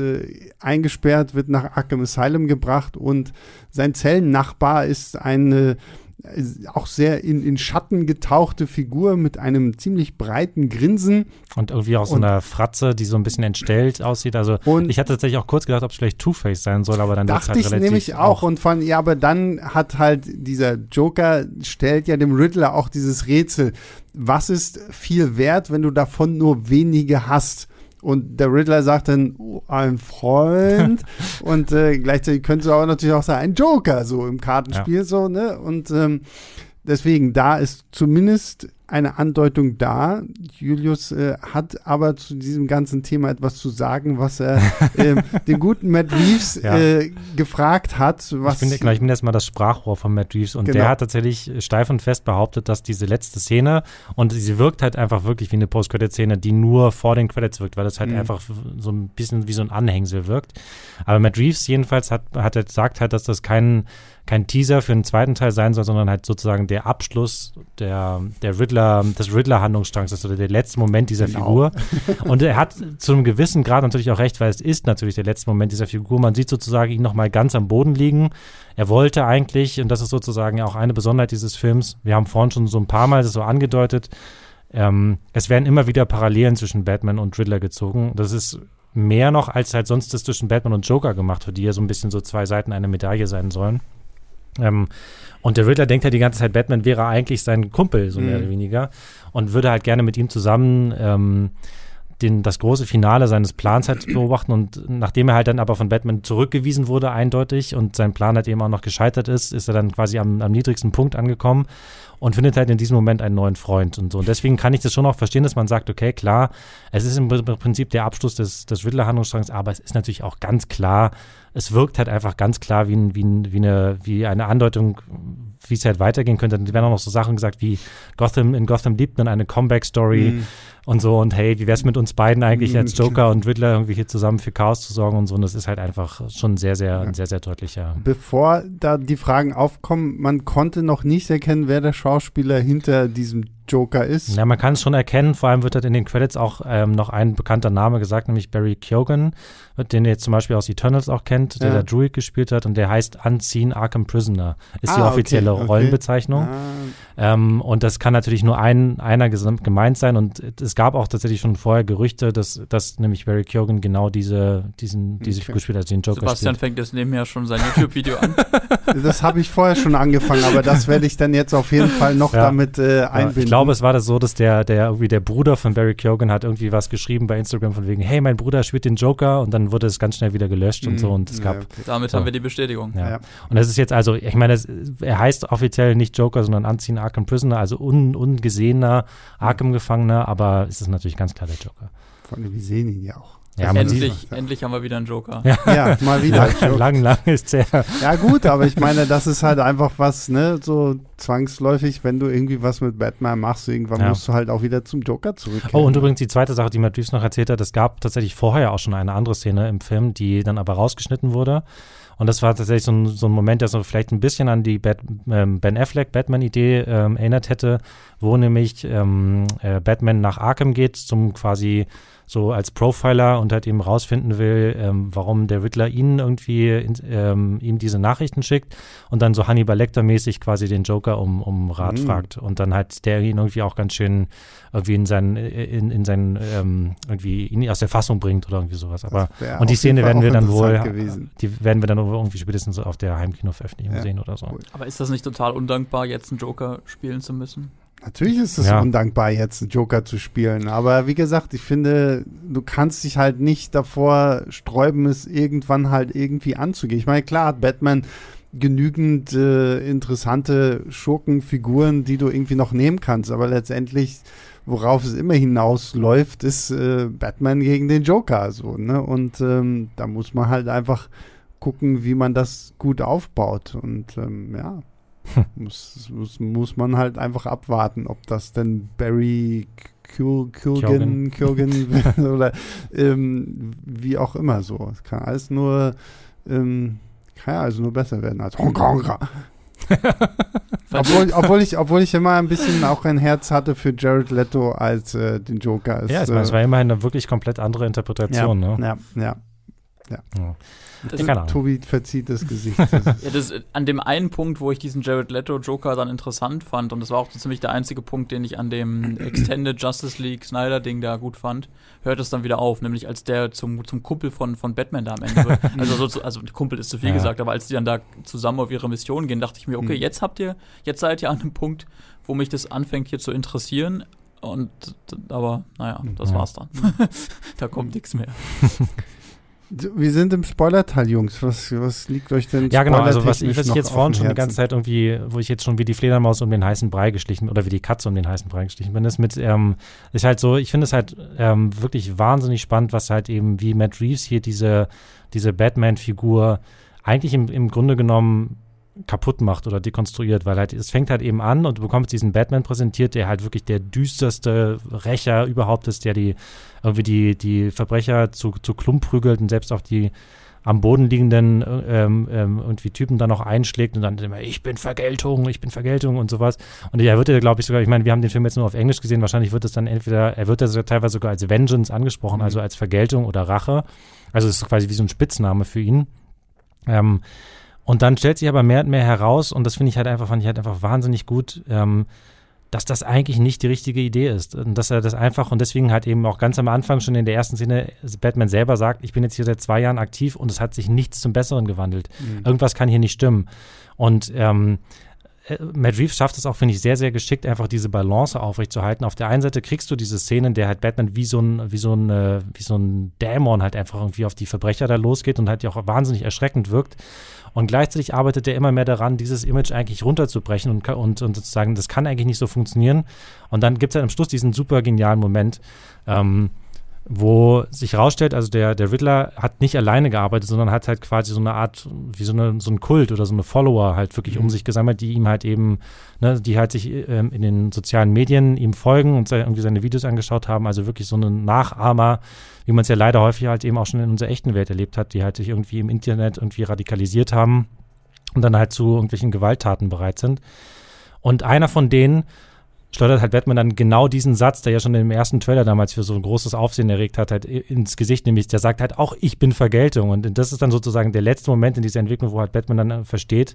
eingesperrt, wird nach Arkham Asylum gebracht und sein Zellennachbar ist ein auch sehr in Schatten getauchte Figur mit einem ziemlich breiten Grinsen. Und irgendwie auch so einer Fratze, die so ein bisschen entstellt aussieht. Also ich hatte tatsächlich auch kurz gedacht, ob es vielleicht Two-Face sein soll, aber dann wird es halt relativ. Dachte ich nämlich auch. Und aber dann hat halt dieser Joker, stellt ja dem Riddler auch dieses Rätsel. Was ist viel wert, wenn du davon nur wenige hast? Und der Riddler sagt dann, ein Freund. Und gleichzeitig könnte es aber natürlich auch sein, ein Joker, so im Kartenspiel, so, ne? Und deswegen, da ist zumindest eine Andeutung da. Julius hat aber zu diesem ganzen Thema etwas zu sagen, was er den guten Matt Reeves gefragt hat. Ich bin jetzt mal das Sprachrohr von Matt Reeves und der hat tatsächlich steif und fest behauptet, dass diese letzte Szene, und sie wirkt halt einfach wirklich wie eine Post-Credit-Szene, die nur vor den Credits wirkt, weil das halt einfach so ein bisschen wie so ein Anhängsel wirkt. Aber Matt Reeves jedenfalls sagt halt, dass das kein Teaser für einen zweiten Teil sein soll, sondern halt sozusagen der Abschluss des Riddler-Handlungsstrangs, das ist der letzte Moment dieser Figur. Und er hat zu einem gewissen Grad natürlich auch recht, weil es ist natürlich der letzte Moment dieser Figur. Man sieht sozusagen ihn nochmal ganz am Boden liegen. Er wollte eigentlich, und das ist sozusagen auch eine Besonderheit dieses Films, wir haben vorhin schon so ein paar Mal das so angedeutet, es werden immer wieder Parallelen zwischen Batman und Riddler gezogen. Das ist mehr noch, als halt sonst das zwischen Batman und Joker gemacht wird, die ja so ein bisschen so zwei Seiten einer Medaille sein sollen. Und der Riddler denkt halt die ganze Zeit, Batman wäre eigentlich sein Kumpel, so mehr oder weniger, und würde halt gerne mit ihm zusammen das große Finale seines Plans halt beobachten. Und nachdem er halt dann aber von Batman zurückgewiesen wurde, eindeutig, und sein Plan halt eben auch noch gescheitert ist er dann quasi am niedrigsten Punkt angekommen und findet halt in diesem Moment einen neuen Freund und so. Und deswegen kann ich das schon auch verstehen, dass man sagt, okay, klar, es ist im Prinzip der Abschluss des Riddler-Handlungsstrangs, aber es ist natürlich auch ganz klar, es wirkt halt einfach ganz klar wie eine Andeutung, wie es halt weitergehen könnte. Und es werden auch noch so Sachen gesagt wie in Gotham liebt man eine Comeback-Story und so, und hey, wie wär's mit uns beiden eigentlich als Joker und Riddler irgendwie hier zusammen für Chaos zu sorgen und so. Und das ist halt einfach schon ein sehr, sehr deutlicher. Bevor da die Fragen aufkommen, man konnte noch nicht erkennen, wer der Schauspieler hinter diesem Joker ist. Ja, man kann es schon erkennen, vor allem wird halt in den Credits auch noch ein bekannter Name gesagt, nämlich Barry Keoghan, den ihr jetzt zum Beispiel aus Eternals auch kennt, der Druid gespielt hat, und der heißt Unseen Arkham Prisoner, ist die offizielle Rollenbezeichnung. Und das kann natürlich nur einer gemeint sein, und es gab auch tatsächlich schon vorher Gerüchte, dass nämlich Barry Keoghan genau diese Figur gespielt hat, den Joker Sebastian fängt jetzt nebenher schon sein YouTube-Video an. Das habe ich vorher schon angefangen, aber das werde ich dann jetzt auf jeden Fall noch damit einbinden. Ich glaube, es war das so, dass der Bruder von Barry Keoghan hat irgendwie was geschrieben bei Instagram von wegen, hey, mein Bruder spielt den Joker, und dann wurde es ganz schnell wieder gelöscht und so, und es gab. Damit haben wir die Bestätigung. Ja. Und das ist jetzt also, ich meine, er heißt offiziell nicht Joker, sondern Unseen Arkham Prisoner, also ungesehener Arkham-Gefangener, aber es ist natürlich ganz klar der Joker. Vor allem, wir sehen ihn ja auch. Ja, endlich haben wir wieder einen Joker. Ja, mal wieder. Lang ist der. Ja gut, aber ich meine, das ist halt einfach was, ne, so zwangsläufig, wenn du irgendwie was mit Batman machst, irgendwann musst du halt auch wieder zum Joker zurückkehren. Oh, und übrigens die zweite Sache, die Matt Reeves noch erzählt hat, es gab tatsächlich vorher auch schon eine andere Szene im Film, die dann aber rausgeschnitten wurde. Und das war tatsächlich so ein Moment, der so vielleicht ein bisschen an die Ben Affleck Batman-Idee erinnert hätte, wo nämlich Batman nach Arkham geht, zum quasi so als Profiler, und halt eben rausfinden will, warum der Riddler ihn irgendwie ihm diese Nachrichten schickt, und dann so Hannibal Lecter-mäßig quasi den Joker um Rat fragt, und dann halt der ihn irgendwie auch ganz schön irgendwie in seinen irgendwie ihn aus der Fassung bringt oder irgendwie sowas. Aber und die Szene werden wir dann irgendwie spätestens auf der Heimkino-Veröffentlichung sehen oder so. Cool. Aber ist das nicht total undankbar, jetzt einen Joker spielen zu müssen? Natürlich ist es undankbar, jetzt einen Joker zu spielen. Aber wie gesagt, ich finde, du kannst dich halt nicht davor sträuben, es irgendwann halt irgendwie anzugehen. Ich meine, klar hat Batman genügend interessante Schurkenfiguren, die du irgendwie noch nehmen kannst. Aber letztendlich, worauf es immer hinausläuft, ist Batman gegen den Joker. So, ne? Und da muss man halt einfach gucken, wie man das gut aufbaut. Und muss man halt einfach abwarten, ob das denn Barry Keoghan oder wie auch immer so. Es kann alles nur besser werden als Hongkonger. obwohl ich immer ein bisschen auch ein Herz hatte für Jared Leto als den Joker. Ja, es war immerhin eine wirklich komplett andere Interpretation. Ja. Tobi verzieht das Gesicht. An dem einen Punkt, wo ich diesen Jared Leto Joker dann interessant fand, und das war auch so ziemlich der einzige Punkt, den ich an dem Extended Justice League Snyder Ding da gut fand, hört es dann wieder auf, nämlich als der zum Kumpel von Batman da am Ende wird. Also Kumpel ist zu viel gesagt, aber als die dann da zusammen auf ihre Mission gehen, dachte ich mir, okay, jetzt seid ihr an einem Punkt, wo mich das anfängt hier zu interessieren, aber naja, das war's dann. Da kommt nichts mehr. Wir sind im Spoiler-Teil, Jungs. Was liegt euch denn Ja, genau, also was ich noch jetzt vorhin schon die Herzen? ganze Zeit irgendwie, wo ich jetzt schon wie die Fledermaus um den heißen Brei geschlichen oder wie die Katze um den heißen Brei geschlichen bin, ist halt so, ich finde es halt wirklich wahnsinnig spannend, was halt eben wie Matt Reeves hier diese Batman-Figur eigentlich im Grunde genommen kaputt macht oder dekonstruiert, weil halt es fängt halt eben an und du bekommst diesen Batman präsentiert, der halt wirklich der düsterste Rächer überhaupt ist, der die Verbrecher zu Klump prügelt und selbst auch die am Boden liegenden irgendwie Typen dann noch einschlägt und dann immer, ich bin Vergeltung und sowas. Und er wird ja, glaube ich, sogar, ich meine, wir haben den Film jetzt nur auf Englisch gesehen, wahrscheinlich wird es dann er wird ja teilweise sogar als Vengeance angesprochen, also als Vergeltung oder Rache. Also es ist quasi wie so ein Spitzname für ihn. Und dann stellt sich aber mehr und mehr heraus, und das fand ich halt einfach wahnsinnig gut, dass das eigentlich nicht die richtige Idee ist. Und dass er das einfach, und deswegen halt eben auch ganz am Anfang schon in der ersten Szene Batman selber sagt, ich bin jetzt hier seit 2 Jahren aktiv und es hat sich nichts zum Besseren gewandelt. Irgendwas kann hier nicht stimmen. Und Matt Reeves schafft es auch, finde ich, sehr, sehr geschickt, einfach diese Balance aufrechtzuerhalten. Auf der einen Seite kriegst du diese Szene, in der halt Batman wie so ein Dämon halt einfach irgendwie auf die Verbrecher da losgeht und halt ja auch wahnsinnig erschreckend wirkt. Und gleichzeitig arbeitet er immer mehr daran, dieses Image eigentlich runterzubrechen und sozusagen, das kann eigentlich nicht so funktionieren. Und dann gibt es halt am Schluss diesen super genialen Moment, wo sich rausstellt, also der Riddler hat nicht alleine gearbeitet, sondern hat halt quasi so eine Art, wie so ein Kult oder so eine Follower halt wirklich um sich gesammelt, die ihm halt eben, die halt sich in den sozialen Medien ihm folgen und irgendwie seine Videos angeschaut haben, also wirklich so ein Nachahmer, wie man es ja leider häufig halt eben auch schon in unserer echten Welt erlebt hat, die halt sich irgendwie im Internet irgendwie radikalisiert haben und dann halt zu irgendwelchen Gewalttaten bereit sind. Und einer von denen schleudert halt Batman dann genau diesen Satz, der ja schon im ersten Trailer damals für so ein großes Aufsehen erregt hat, halt ins Gesicht, nämlich der sagt halt auch, ich bin Vergeltung. Und das ist dann sozusagen der letzte Moment in dieser Entwicklung, wo halt Batman dann versteht,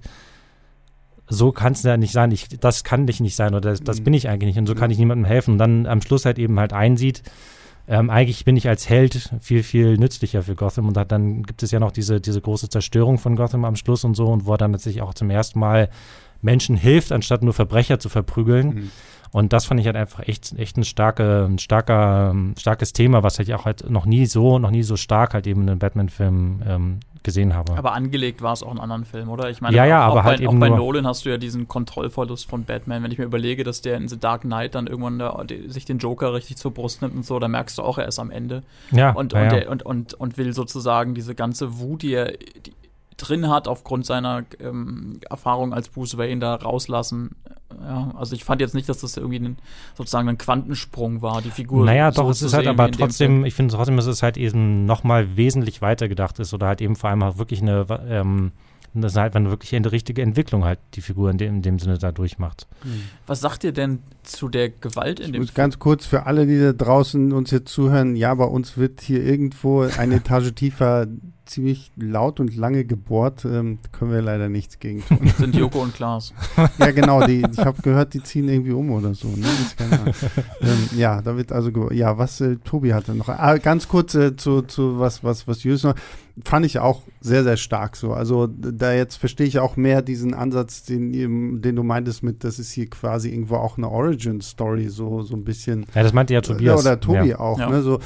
so kann es ja nicht sein, das kann ich nicht sein oder das bin ich eigentlich nicht und so kann ich niemandem helfen. Und dann am Schluss halt eben halt einsieht, eigentlich bin ich als Held viel, viel nützlicher für Gotham. Und dann gibt es ja noch diese große Zerstörung von Gotham am Schluss und so, und wo er dann letztlich auch zum ersten Mal Menschen hilft, anstatt nur Verbrecher zu verprügeln. Und das fand ich halt einfach echt ein starkes Thema, was ich auch halt noch nie so stark halt eben in einem Batman-Film gesehen habe. Aber angelegt war es auch in anderen Filmen, oder? Ich meine, aber auch bei Nolan hast du ja diesen Kontrollverlust von Batman. Wenn ich mir überlege, dass der in The Dark Knight dann irgendwann sich den Joker richtig zur Brust nimmt und so, da merkst du auch, er ist am Ende. Und will sozusagen diese ganze Wut, die er drin hat, aufgrund seiner Erfahrung als Bruce Wayne da rauslassen. Ja, also ich fand jetzt nicht, dass das irgendwie sozusagen ein Quantensprung war, die Figur. Naja, doch, es ist halt aber trotzdem, ich finde trotzdem, dass es halt eben nochmal wesentlich weiter gedacht ist oder halt eben vor allem auch wirklich das ist halt eine wirklich eine richtige Entwicklung halt die Figur in dem Sinne da durchmacht. Was sagt ihr denn zu der Gewalt in dem Film? Ganz kurz für alle, die da draußen uns jetzt zuhören, ja, bei uns wird hier irgendwo eine Etage tiefer ziemlich laut und lange gebohrt, können wir leider nichts gegen tun. Das sind Joko und Klaas. Ja, genau, ich habe gehört, die ziehen irgendwie um oder so. Ne? Das ist keine Ahnung. Ja, da wird also, was Tobi hatte noch. Ganz kurz zu was Jus noch, fand ich auch sehr, sehr stark so. Also da jetzt verstehe ich auch mehr diesen Ansatz, den du meintest mit, das ist hier quasi irgendwo auch eine Origin-Story, so ein bisschen. Ja, das meinte ja Tobias. Oder Tobi auch, ja. Ne? So,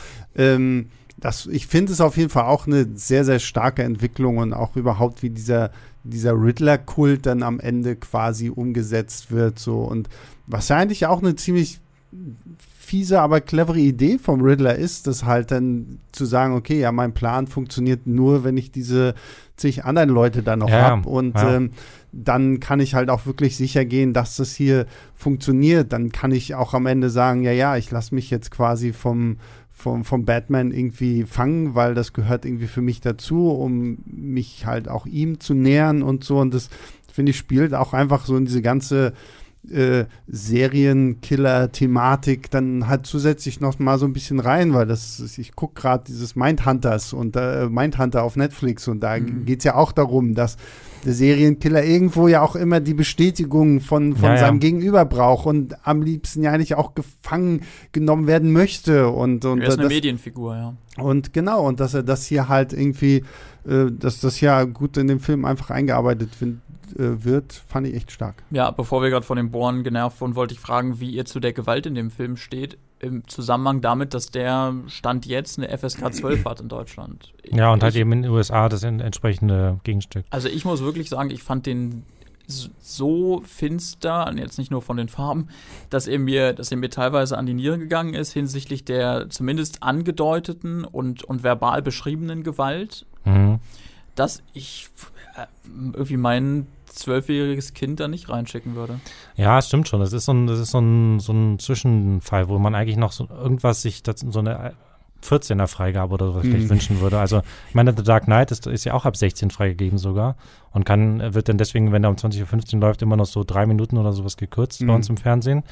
ich finde es auf jeden Fall auch eine sehr, sehr starke Entwicklung und auch überhaupt, wie dieser Riddler-Kult dann am Ende quasi umgesetzt wird. So. Und was ja eigentlich auch eine ziemlich fiese, aber clevere Idee vom Riddler ist, das halt dann zu sagen, okay, ja, mein Plan funktioniert nur, wenn ich diese zig anderen Leute dann noch habe. Und dann kann ich halt auch wirklich sicher gehen, dass das hier funktioniert. Dann kann ich auch am Ende sagen, ja, ich lasse mich jetzt quasi vom Batman irgendwie fangen, weil das gehört irgendwie für mich dazu, um mich halt auch ihm zu nähern und so. Und das, finde ich, spielt auch einfach so in diese ganze Serienkiller-Thematik dann halt zusätzlich noch mal so ein bisschen rein, weil ich gucke gerade dieses Mindhunters und Mindhunter auf Netflix und da geht es ja auch darum, dass der Serienkiller irgendwo ja auch immer die Bestätigung von seinem Gegenüber braucht und am liebsten ja eigentlich auch gefangen genommen werden möchte. Und er ist eine Medienfigur, ja. Und genau, und dass er das hier halt irgendwie, dass das ja gut in dem Film einfach eingearbeitet wird, fand ich echt stark. Ja, bevor wir gerade von dem Bohren genervt wurden, wollte ich fragen, wie ihr zu der Gewalt in dem Film steht, im Zusammenhang damit, dass der Stand jetzt eine FSK 12 hat in Deutschland. Ja, und halt eben in den USA das entsprechende Gegenstück. Also ich muss wirklich sagen, ich fand den so finster, jetzt nicht nur von den Farben, dass er mir teilweise an die Nieren gegangen ist hinsichtlich der zumindest angedeuteten und verbal beschriebenen Gewalt, dass ich irgendwie mein 12-jähriges Kind da nicht reinschicken würde. Ja, es stimmt schon. Das ist so ein Zwischenfall, wo man eigentlich noch so irgendwas sich so eine 14er Freigabe oder sowas vielleicht wünschen würde. Also ich meine, The Dark Knight ist ja auch ab 16 freigegeben sogar und wird dann deswegen, wenn er um 20:15 Uhr läuft, immer noch so 3 Minuten oder sowas gekürzt bei uns im Fernsehen.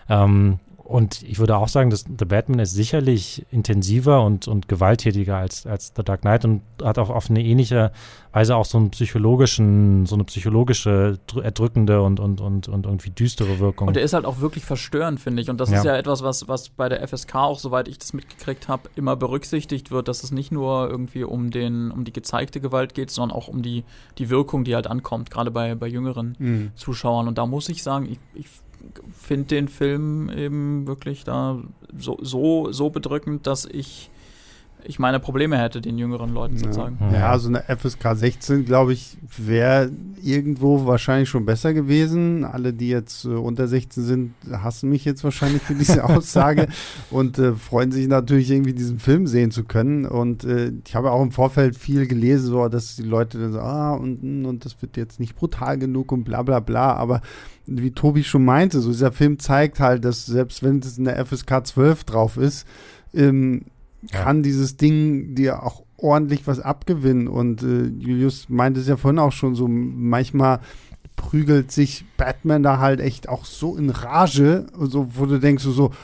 Und ich würde auch sagen, dass The Batman ist sicherlich intensiver und gewalttätiger als The Dark Knight und hat auch auf eine ähnliche Weise auch so eine psychologische, erdrückende und irgendwie düstere Wirkung. Und er ist halt auch wirklich verstörend, finde ich. Und das ist ja etwas, was bei der FSK auch, soweit ich das mitgekriegt habe, immer berücksichtigt wird, dass es nicht nur irgendwie um die gezeigte Gewalt geht, sondern auch um die Wirkung, die halt ankommt, gerade bei jüngeren Zuschauern. Und da muss ich sagen, ich finde den Film eben wirklich da so bedrückend, dass ich meine Probleme hätte, den jüngeren Leuten zu zeigen. Ja, also eine FSK 16, glaube ich, wäre irgendwo wahrscheinlich schon besser gewesen. Alle, die jetzt unter 16 sind, hassen mich jetzt wahrscheinlich für diese Aussage und freuen sich natürlich irgendwie diesen Film sehen zu können. Und ich habe auch im Vorfeld viel gelesen, so, dass die Leute dann so, und das wird jetzt nicht brutal genug und bla bla bla, aber wie Tobi schon meinte, so dieser Film zeigt halt, dass selbst wenn es in der FSK 12 drauf ist, kann dieses Ding dir auch ordentlich was abgewinnen. Und Julius meinte es ja vorhin auch schon so, manchmal prügelt sich Batman da halt echt auch so in Rage, so, wo du denkst so,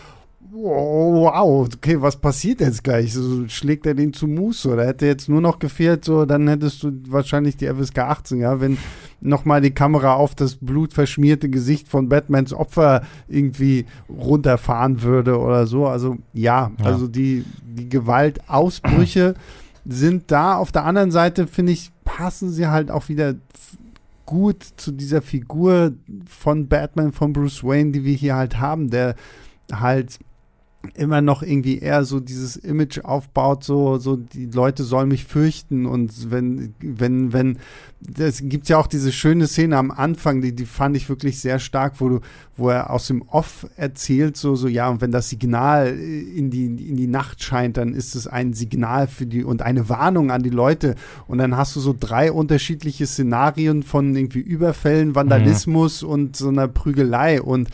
wow, okay, was passiert jetzt gleich? So, schlägt er den zu Muße oder hätte jetzt nur noch gefehlt, so, dann hättest du wahrscheinlich die FSK 18, ja, wenn nochmal die Kamera auf das blutverschmierte Gesicht von Batmans Opfer irgendwie runterfahren würde oder so. Also also die Gewaltausbrüche sind da. Auf der anderen Seite, finde ich, passen sie halt auch wieder gut zu dieser Figur von Batman, von Bruce Wayne, die wir hier halt haben, der halt immer noch irgendwie eher so dieses Image aufbaut, so die Leute sollen mich fürchten und wenn das gibt's ja auch diese schöne Szene am Anfang, die fand ich wirklich sehr stark, wo er aus dem Off erzählt, so ja, und wenn das Signal in die Nacht scheint, dann ist es ein Signal und eine Warnung an die Leute und dann hast du so 3 unterschiedliche Szenarien von irgendwie Überfällen, Vandalismus und so einer Prügelei und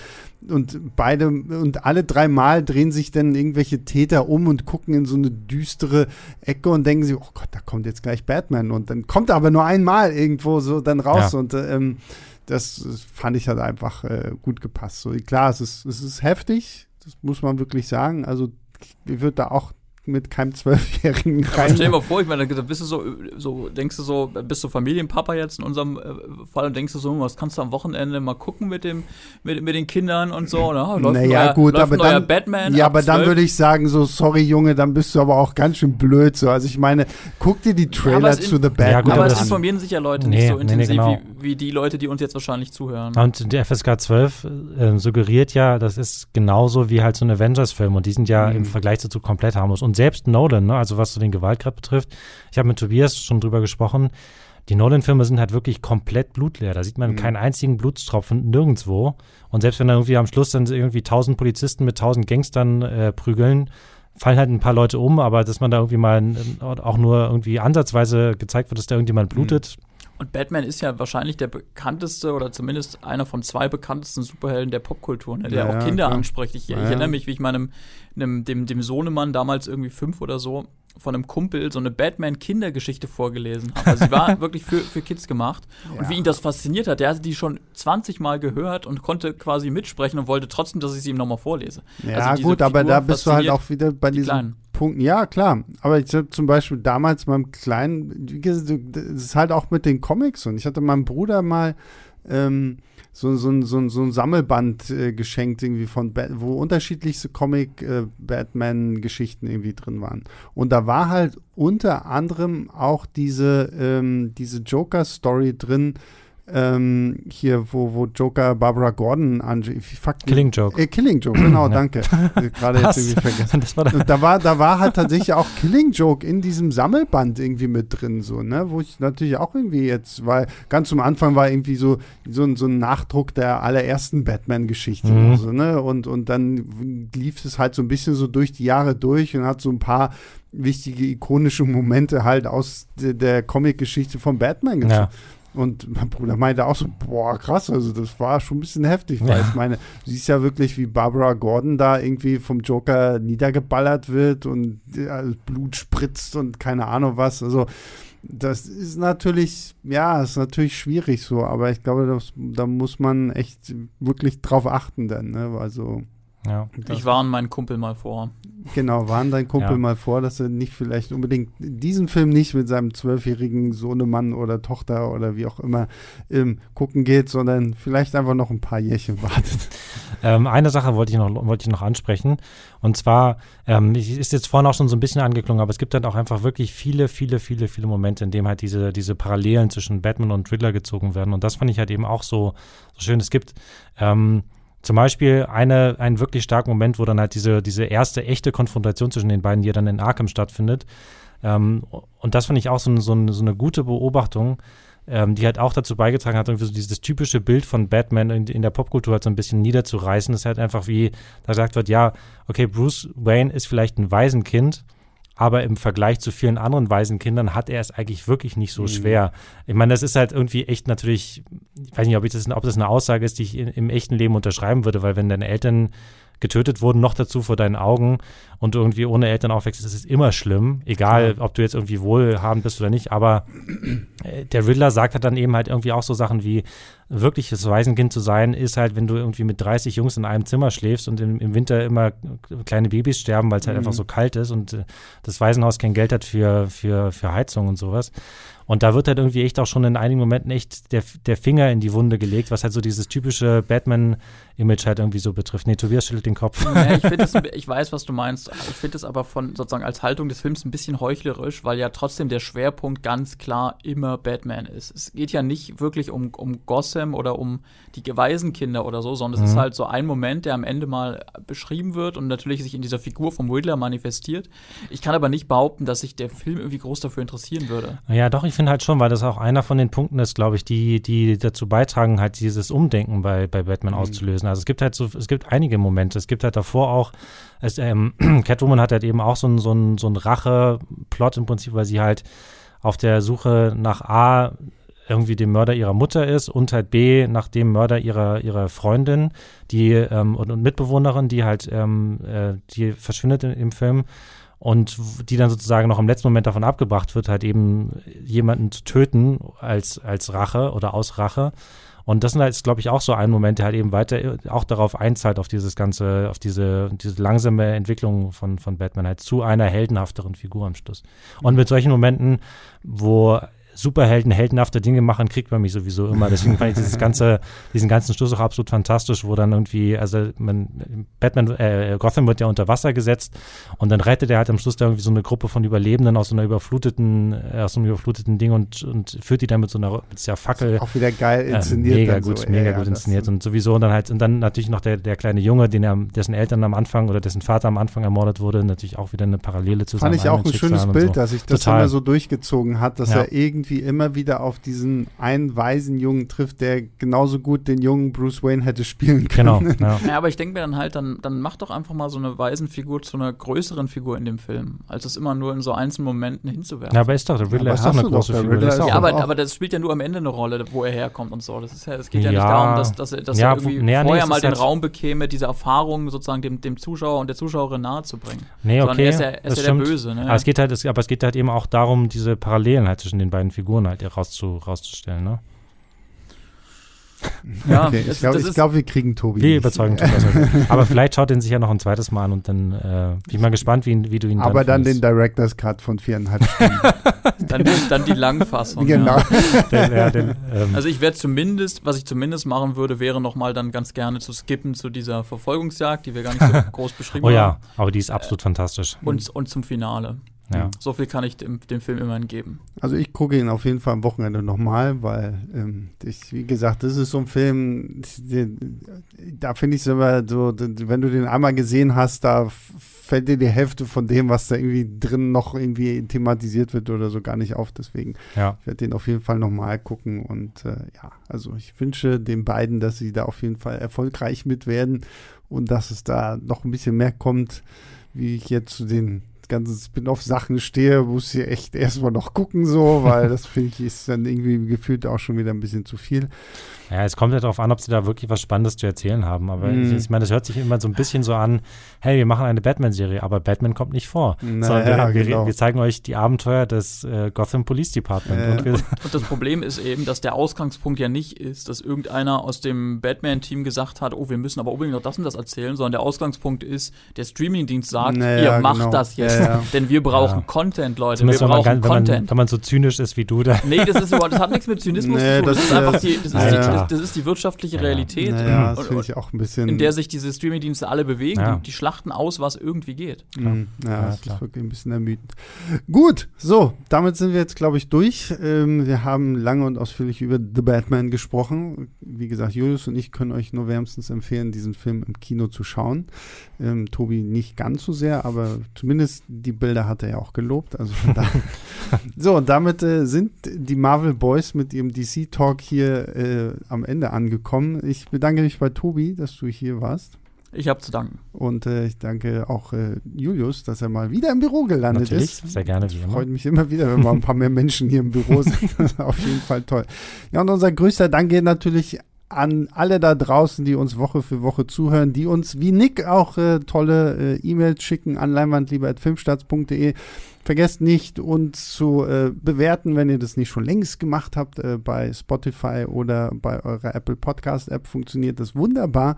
alle 3 Mal drehen sich dann irgendwelche Täter um und gucken in so eine düstere Ecke und denken sich, oh Gott, da kommt jetzt gleich Batman und dann kommt er aber nur einmal irgendwo so dann raus und das fand ich halt einfach gut gepasst. So, klar, es ist heftig, das muss man wirklich sagen, also ich würde da auch mit keinem 12-Jährigen rein. Stell dir mal vor, ich meine, da bist du denkst du so, bist du Familienpapa jetzt in unserem Fall und denkst du so, was kannst du am Wochenende mal gucken mit den Kindern und so, oder? Läuft neuer Batman. Ja, aber dann würde ich sagen, so, sorry Junge, dann bist du aber auch ganz schön blöd, so. Also ich meine, guck dir die Trailer zu The Batman an. Aber es informieren sich ja Leute nicht so intensiv wie die Leute, die uns jetzt wahrscheinlich zuhören. Und der FSK 12 suggeriert ja, das ist genauso wie halt so ein Avengers-Film und die sind ja im Vergleich dazu komplett harmlos. Und selbst Nolan, ne, also was so den Gewaltgrad betrifft, ich habe mit Tobias schon drüber gesprochen, die Nolan-Filme sind halt wirklich komplett blutleer. Da sieht man keinen einzigen Blutstropfen nirgendwo. Und selbst wenn da irgendwie am Schluss dann irgendwie 1000 Polizisten mit 1000 Gangstern prügeln, fallen halt ein paar Leute um, aber dass man da irgendwie mal auch nur irgendwie ansatzweise gezeigt wird, dass da irgendjemand blutet. Und Batman ist ja wahrscheinlich der bekannteste oder zumindest einer von 2 bekanntesten Superhelden der Popkultur, ne, der auch Kinder anspricht. Ich erinnere mich, wie ich dem Sohnemann damals irgendwie 5 oder so von einem Kumpel so eine Batman-Kindergeschichte vorgelesen habe. Also sie war wirklich für Kids gemacht. Ja. Und wie ihn das fasziniert hat, der hatte die schon 20 Mal gehört und konnte quasi mitsprechen und wollte trotzdem, dass ich sie ihm nochmal vorlese. Ja, also gut, aber da bist du halt auch wieder bei diesen Punkten. Ja, klar. Aber ich habe zum Beispiel damals meinem Kleinen, das ist halt auch mit den Comics. Und ich hatte meinem Bruder mal so ein Sammelband geschenkt, irgendwie wo unterschiedlichste Batman-Geschichten irgendwie drin waren. Und da war halt unter anderem auch diese Joker-Story drin, hier, wo Joker Barbara Gordon Killing Joke. Killing Joke, genau, danke. Gerade jetzt irgendwie vergessen. Und da war halt tatsächlich auch Killing Joke in diesem Sammelband irgendwie mit drin, so, ne, wo ich natürlich auch irgendwie jetzt, weil ganz zum Anfang war irgendwie so ein Nachdruck der allerersten Batman-Geschichte, so, ne, und dann lief es halt so ein bisschen so durch die Jahre durch und hat so ein paar wichtige, ikonische Momente halt aus der Comic-Geschichte von Batman gezogen. Ja. Und mein Bruder meinte auch so, boah, krass, also das war schon ein bisschen heftig, weil ich meine, du siehst ja wirklich, wie Barbara Gordon da irgendwie vom Joker niedergeballert wird und Blut spritzt und keine Ahnung was, also das ist natürlich, schwierig so, aber ich glaube, da muss man echt wirklich drauf achten dann, ne, also ja. Ich warne meinen Kumpel mal vor. Genau, warne deinen Kumpel mal vor, dass er nicht vielleicht unbedingt diesen Film nicht mit seinem 12-jährigen Sohnemann oder Tochter oder wie auch immer gucken geht, sondern vielleicht einfach noch ein paar Jährchen wartet. Eine Sache wollte ich noch ansprechen. Und zwar, ist jetzt vorhin auch schon so ein bisschen angeklungen, aber es gibt dann auch einfach wirklich viele, viele, viele, viele Momente, in denen halt diese Parallelen zwischen Batman und Riddler gezogen werden. Und das fand ich halt eben auch so schön. Es gibt zum Beispiel einen wirklich starken Moment, wo dann halt diese erste echte Konfrontation zwischen den beiden, die dann in Arkham stattfindet. Und das fand ich auch so eine gute Beobachtung, die halt auch dazu beigetragen hat, irgendwie so dieses typische Bild von Batman in der Popkultur halt so ein bisschen niederzureißen. Das ist halt einfach wie, da gesagt wird, ja, okay, Bruce Wayne ist vielleicht ein Waisenkind, aber im Vergleich zu vielen anderen Waisenkindern hat er es eigentlich wirklich nicht so schwer. Ich meine, das ist halt irgendwie echt natürlich, ich weiß nicht, ob das eine Aussage ist, die ich im echten Leben unterschreiben würde, weil wenn deine Eltern getötet wurden, noch dazu vor deinen Augen und du irgendwie ohne Eltern aufwächst, ist es immer schlimm, egal ob du jetzt irgendwie wohlhabend bist oder nicht, aber der Riddler sagt halt dann eben halt irgendwie auch so Sachen wie, wirkliches Waisenkind zu sein, ist halt, wenn du irgendwie mit 30 Jungs in einem Zimmer schläfst und im Winter immer kleine Babys sterben, weil es halt einfach so kalt ist und das Waisenhaus kein Geld hat für Heizung und sowas. Und da wird halt irgendwie echt auch schon in einigen Momenten echt der Finger in die Wunde gelegt, was halt so dieses typische Batman-Image halt irgendwie so betrifft. Nee, Tobias schüttelt den Kopf. Ja, ich weiß, was du meinst. Ich finde es aber von sozusagen als Haltung des Films ein bisschen heuchlerisch, weil ja trotzdem der Schwerpunkt ganz klar immer Batman ist. Es geht ja nicht wirklich um Gotham oder um die Waisenkinder oder so, sondern es ist halt so ein Moment, der am Ende mal beschrieben wird und natürlich sich in dieser Figur vom Riddler manifestiert. Ich kann aber nicht behaupten, dass sich der Film irgendwie groß dafür interessieren würde. Ja, doch, ich finde halt schon, weil das auch einer von den Punkten ist, glaube ich, die dazu beitragen, halt dieses Umdenken bei Batman auszulösen. Also es gibt einige Momente. Es gibt halt davor auch, Catwoman hat halt eben auch so einen Rache-Plot im Prinzip, weil sie halt auf der Suche nach A irgendwie dem Mörder ihrer Mutter ist und halt B nach dem Mörder ihrer Freundin, die und Mitbewohnerin, die halt die verschwindet im Film. Und die dann sozusagen noch im letzten Moment davon abgebracht wird, halt eben jemanden zu töten als Rache oder aus Rache. Und das ist, glaube ich, auch so ein Moment, der halt eben weiter auch darauf einzahlt, auf dieses ganze, auf diese langsame Entwicklung von Batman halt zu einer heldenhafteren Figur am Schluss. Und mit solchen Momenten, wo Superhelden heldenhafte Dinge machen, kriegt man mich sowieso immer. Deswegen fand ich diesen ganzen Schluss auch absolut fantastisch, wo dann irgendwie, also Gotham wird ja unter Wasser gesetzt und dann rettet er halt am Schluss da irgendwie so eine Gruppe von Überlebenden aus so einem überfluteten Ding und führt die dann mit dieser Fackel. Auch wieder geil inszeniert. Mega gut inszeniert und sowieso und dann natürlich noch der kleine Junge, dessen Eltern am Anfang oder dessen Vater am Anfang ermordet wurde, natürlich auch wieder eine Parallele zu seinem eigenen Schicksal. Fand ich auch ein schönes Bild, dass sich das immer so durchgezogen hat, dass er irgendwie irgendwie immer wieder auf diesen einen weisen Jungen trifft, der genauso gut den jungen Bruce Wayne hätte spielen können. Genau, ja, aber ich denke mir dann halt, dann mach doch einfach mal so eine Waisenfigur zu einer größeren Figur in dem Film, als es immer nur in so einzelnen Momenten hinzuwerfen. Ja, aber ist doch, der Riddler ist auch eine große Figur. Ja, aber das spielt ja nur am Ende eine Rolle, wo er herkommt und so. Es geht ja nicht darum, dass er irgendwie vorher mal den Raum bekäme, diese Erfahrung sozusagen dem Zuschauer und der Zuschauerin nahezubringen. Nee, okay, er ist ja der Böse. Ne? Aber es geht halt eben auch darum, diese Parallelen halt zwischen den beiden Figuren halt rauszustellen, ne? Ja, okay. Ich glaube, wir kriegen Tobi. Wir überzeugen Tobi. Aber vielleicht schaut ihn sich ja noch ein zweites Mal an und dann bin ich mal gespannt, wie du ihn aber dann den Director's Cut von 4,5 Stunden. dann die Langfassung. Genau. Ja. Also was ich zumindest machen würde, wäre nochmal dann ganz gerne zu skippen zu dieser Verfolgungsjagd, die wir gar nicht so groß beschrieben haben. Oh ja, aber die ist absolut fantastisch. Und zum Finale. Ja. So viel kann ich dem Film immerhin geben. Also ich gucke ihn auf jeden Fall am Wochenende nochmal, weil wie gesagt, das ist so ein Film, da finde ich es immer so, wenn du den einmal gesehen hast, da fällt dir die Hälfte von dem, was da irgendwie drin noch irgendwie thematisiert wird oder so, gar nicht auf. Deswegen ich werde den auf jeden Fall nochmal gucken und also ich wünsche den beiden, dass sie da auf jeden Fall erfolgreich mit werden und dass es da noch ein bisschen mehr kommt, wie ich jetzt zu den ganzen Spin-off-Sachen stehe, muss ich echt erstmal noch gucken, so, weil das finde ich ist dann irgendwie gefühlt auch schon wieder ein bisschen zu viel. Ja, es kommt ja darauf an, ob sie da wirklich was Spannendes zu erzählen haben. Aber ich meine, das hört sich immer so ein bisschen so an, hey, wir machen eine Batman-Serie, aber Batman kommt nicht vor. Wir zeigen euch die Abenteuer des Gotham Police Department. Und das Problem ist eben, dass der Ausgangspunkt ja nicht ist, dass irgendeiner aus dem Batman-Team gesagt hat, oh, wir müssen aber unbedingt noch das und das erzählen, sondern der Ausgangspunkt ist, der Streamingdienst sagt, ihr macht das jetzt, denn wir brauchen Content, Leute. Zumindest wir brauchen Content. Wenn man so zynisch ist wie du da. Nee, das hat nichts mit Zynismus zu tun. Das ist einfach das ist die wirtschaftliche Realität, das finde ich auch ein bisschen, in der sich diese Streamingdienste alle bewegen. Die schlachten aus, was irgendwie geht. Das ist wirklich ein bisschen ermüdend. Gut, so, damit sind wir jetzt, glaube ich, durch. Wir haben lange und ausführlich über The Batman gesprochen. Wie gesagt, Julius und ich können euch nur wärmstens empfehlen, diesen Film im Kino zu schauen. Tobi nicht ganz so sehr, aber zumindest die Bilder hat er ja auch gelobt. Also von daher. So, und damit sind die Marvel Boys mit ihrem DC-Talk hier am Ende angekommen. Ich bedanke mich bei Tobi, dass du hier warst. Ich habe zu danken. Und ich danke auch Julius, dass er mal wieder im Büro gelandet ist. Natürlich, sehr gerne. Freut mich immer wieder, wenn mal ein paar mehr Menschen hier im Büro sind. Das ist auf jeden Fall toll. Ja, und unser größter Dank geht natürlich an alle da draußen, die uns Woche für Woche zuhören, die uns wie Nick auch tolle E-Mails schicken an leinwandliebe@filmstarts.de. Vergesst nicht, uns zu bewerten, wenn ihr das nicht schon längst gemacht habt. Bei Spotify oder bei eurer Apple Podcast App funktioniert das wunderbar.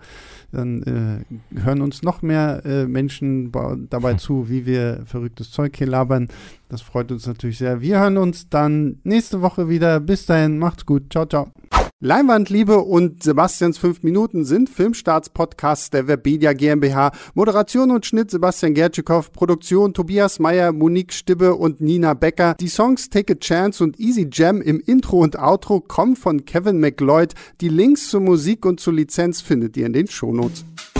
Dann hören uns noch mehr Menschen dabei zu, wie wir verrücktes Zeug hier labern. Das freut uns natürlich sehr. Wir hören uns dann nächste Woche wieder. Bis dahin, macht's gut. Ciao, ciao. Leinwandliebe und Sebastians 5 Minuten sind Filmstarts-Podcasts der Webedia GmbH. Moderation und Schnitt Sebastian Gertschikow, Produktion Tobias Meyer, Monique Stibbe und Nina Becker. Die Songs Take a Chance und Easy Jam im Intro und Outro kommen von Kevin MacLeod. Die Links zur Musik und zur Lizenz findet ihr in den Shownotes.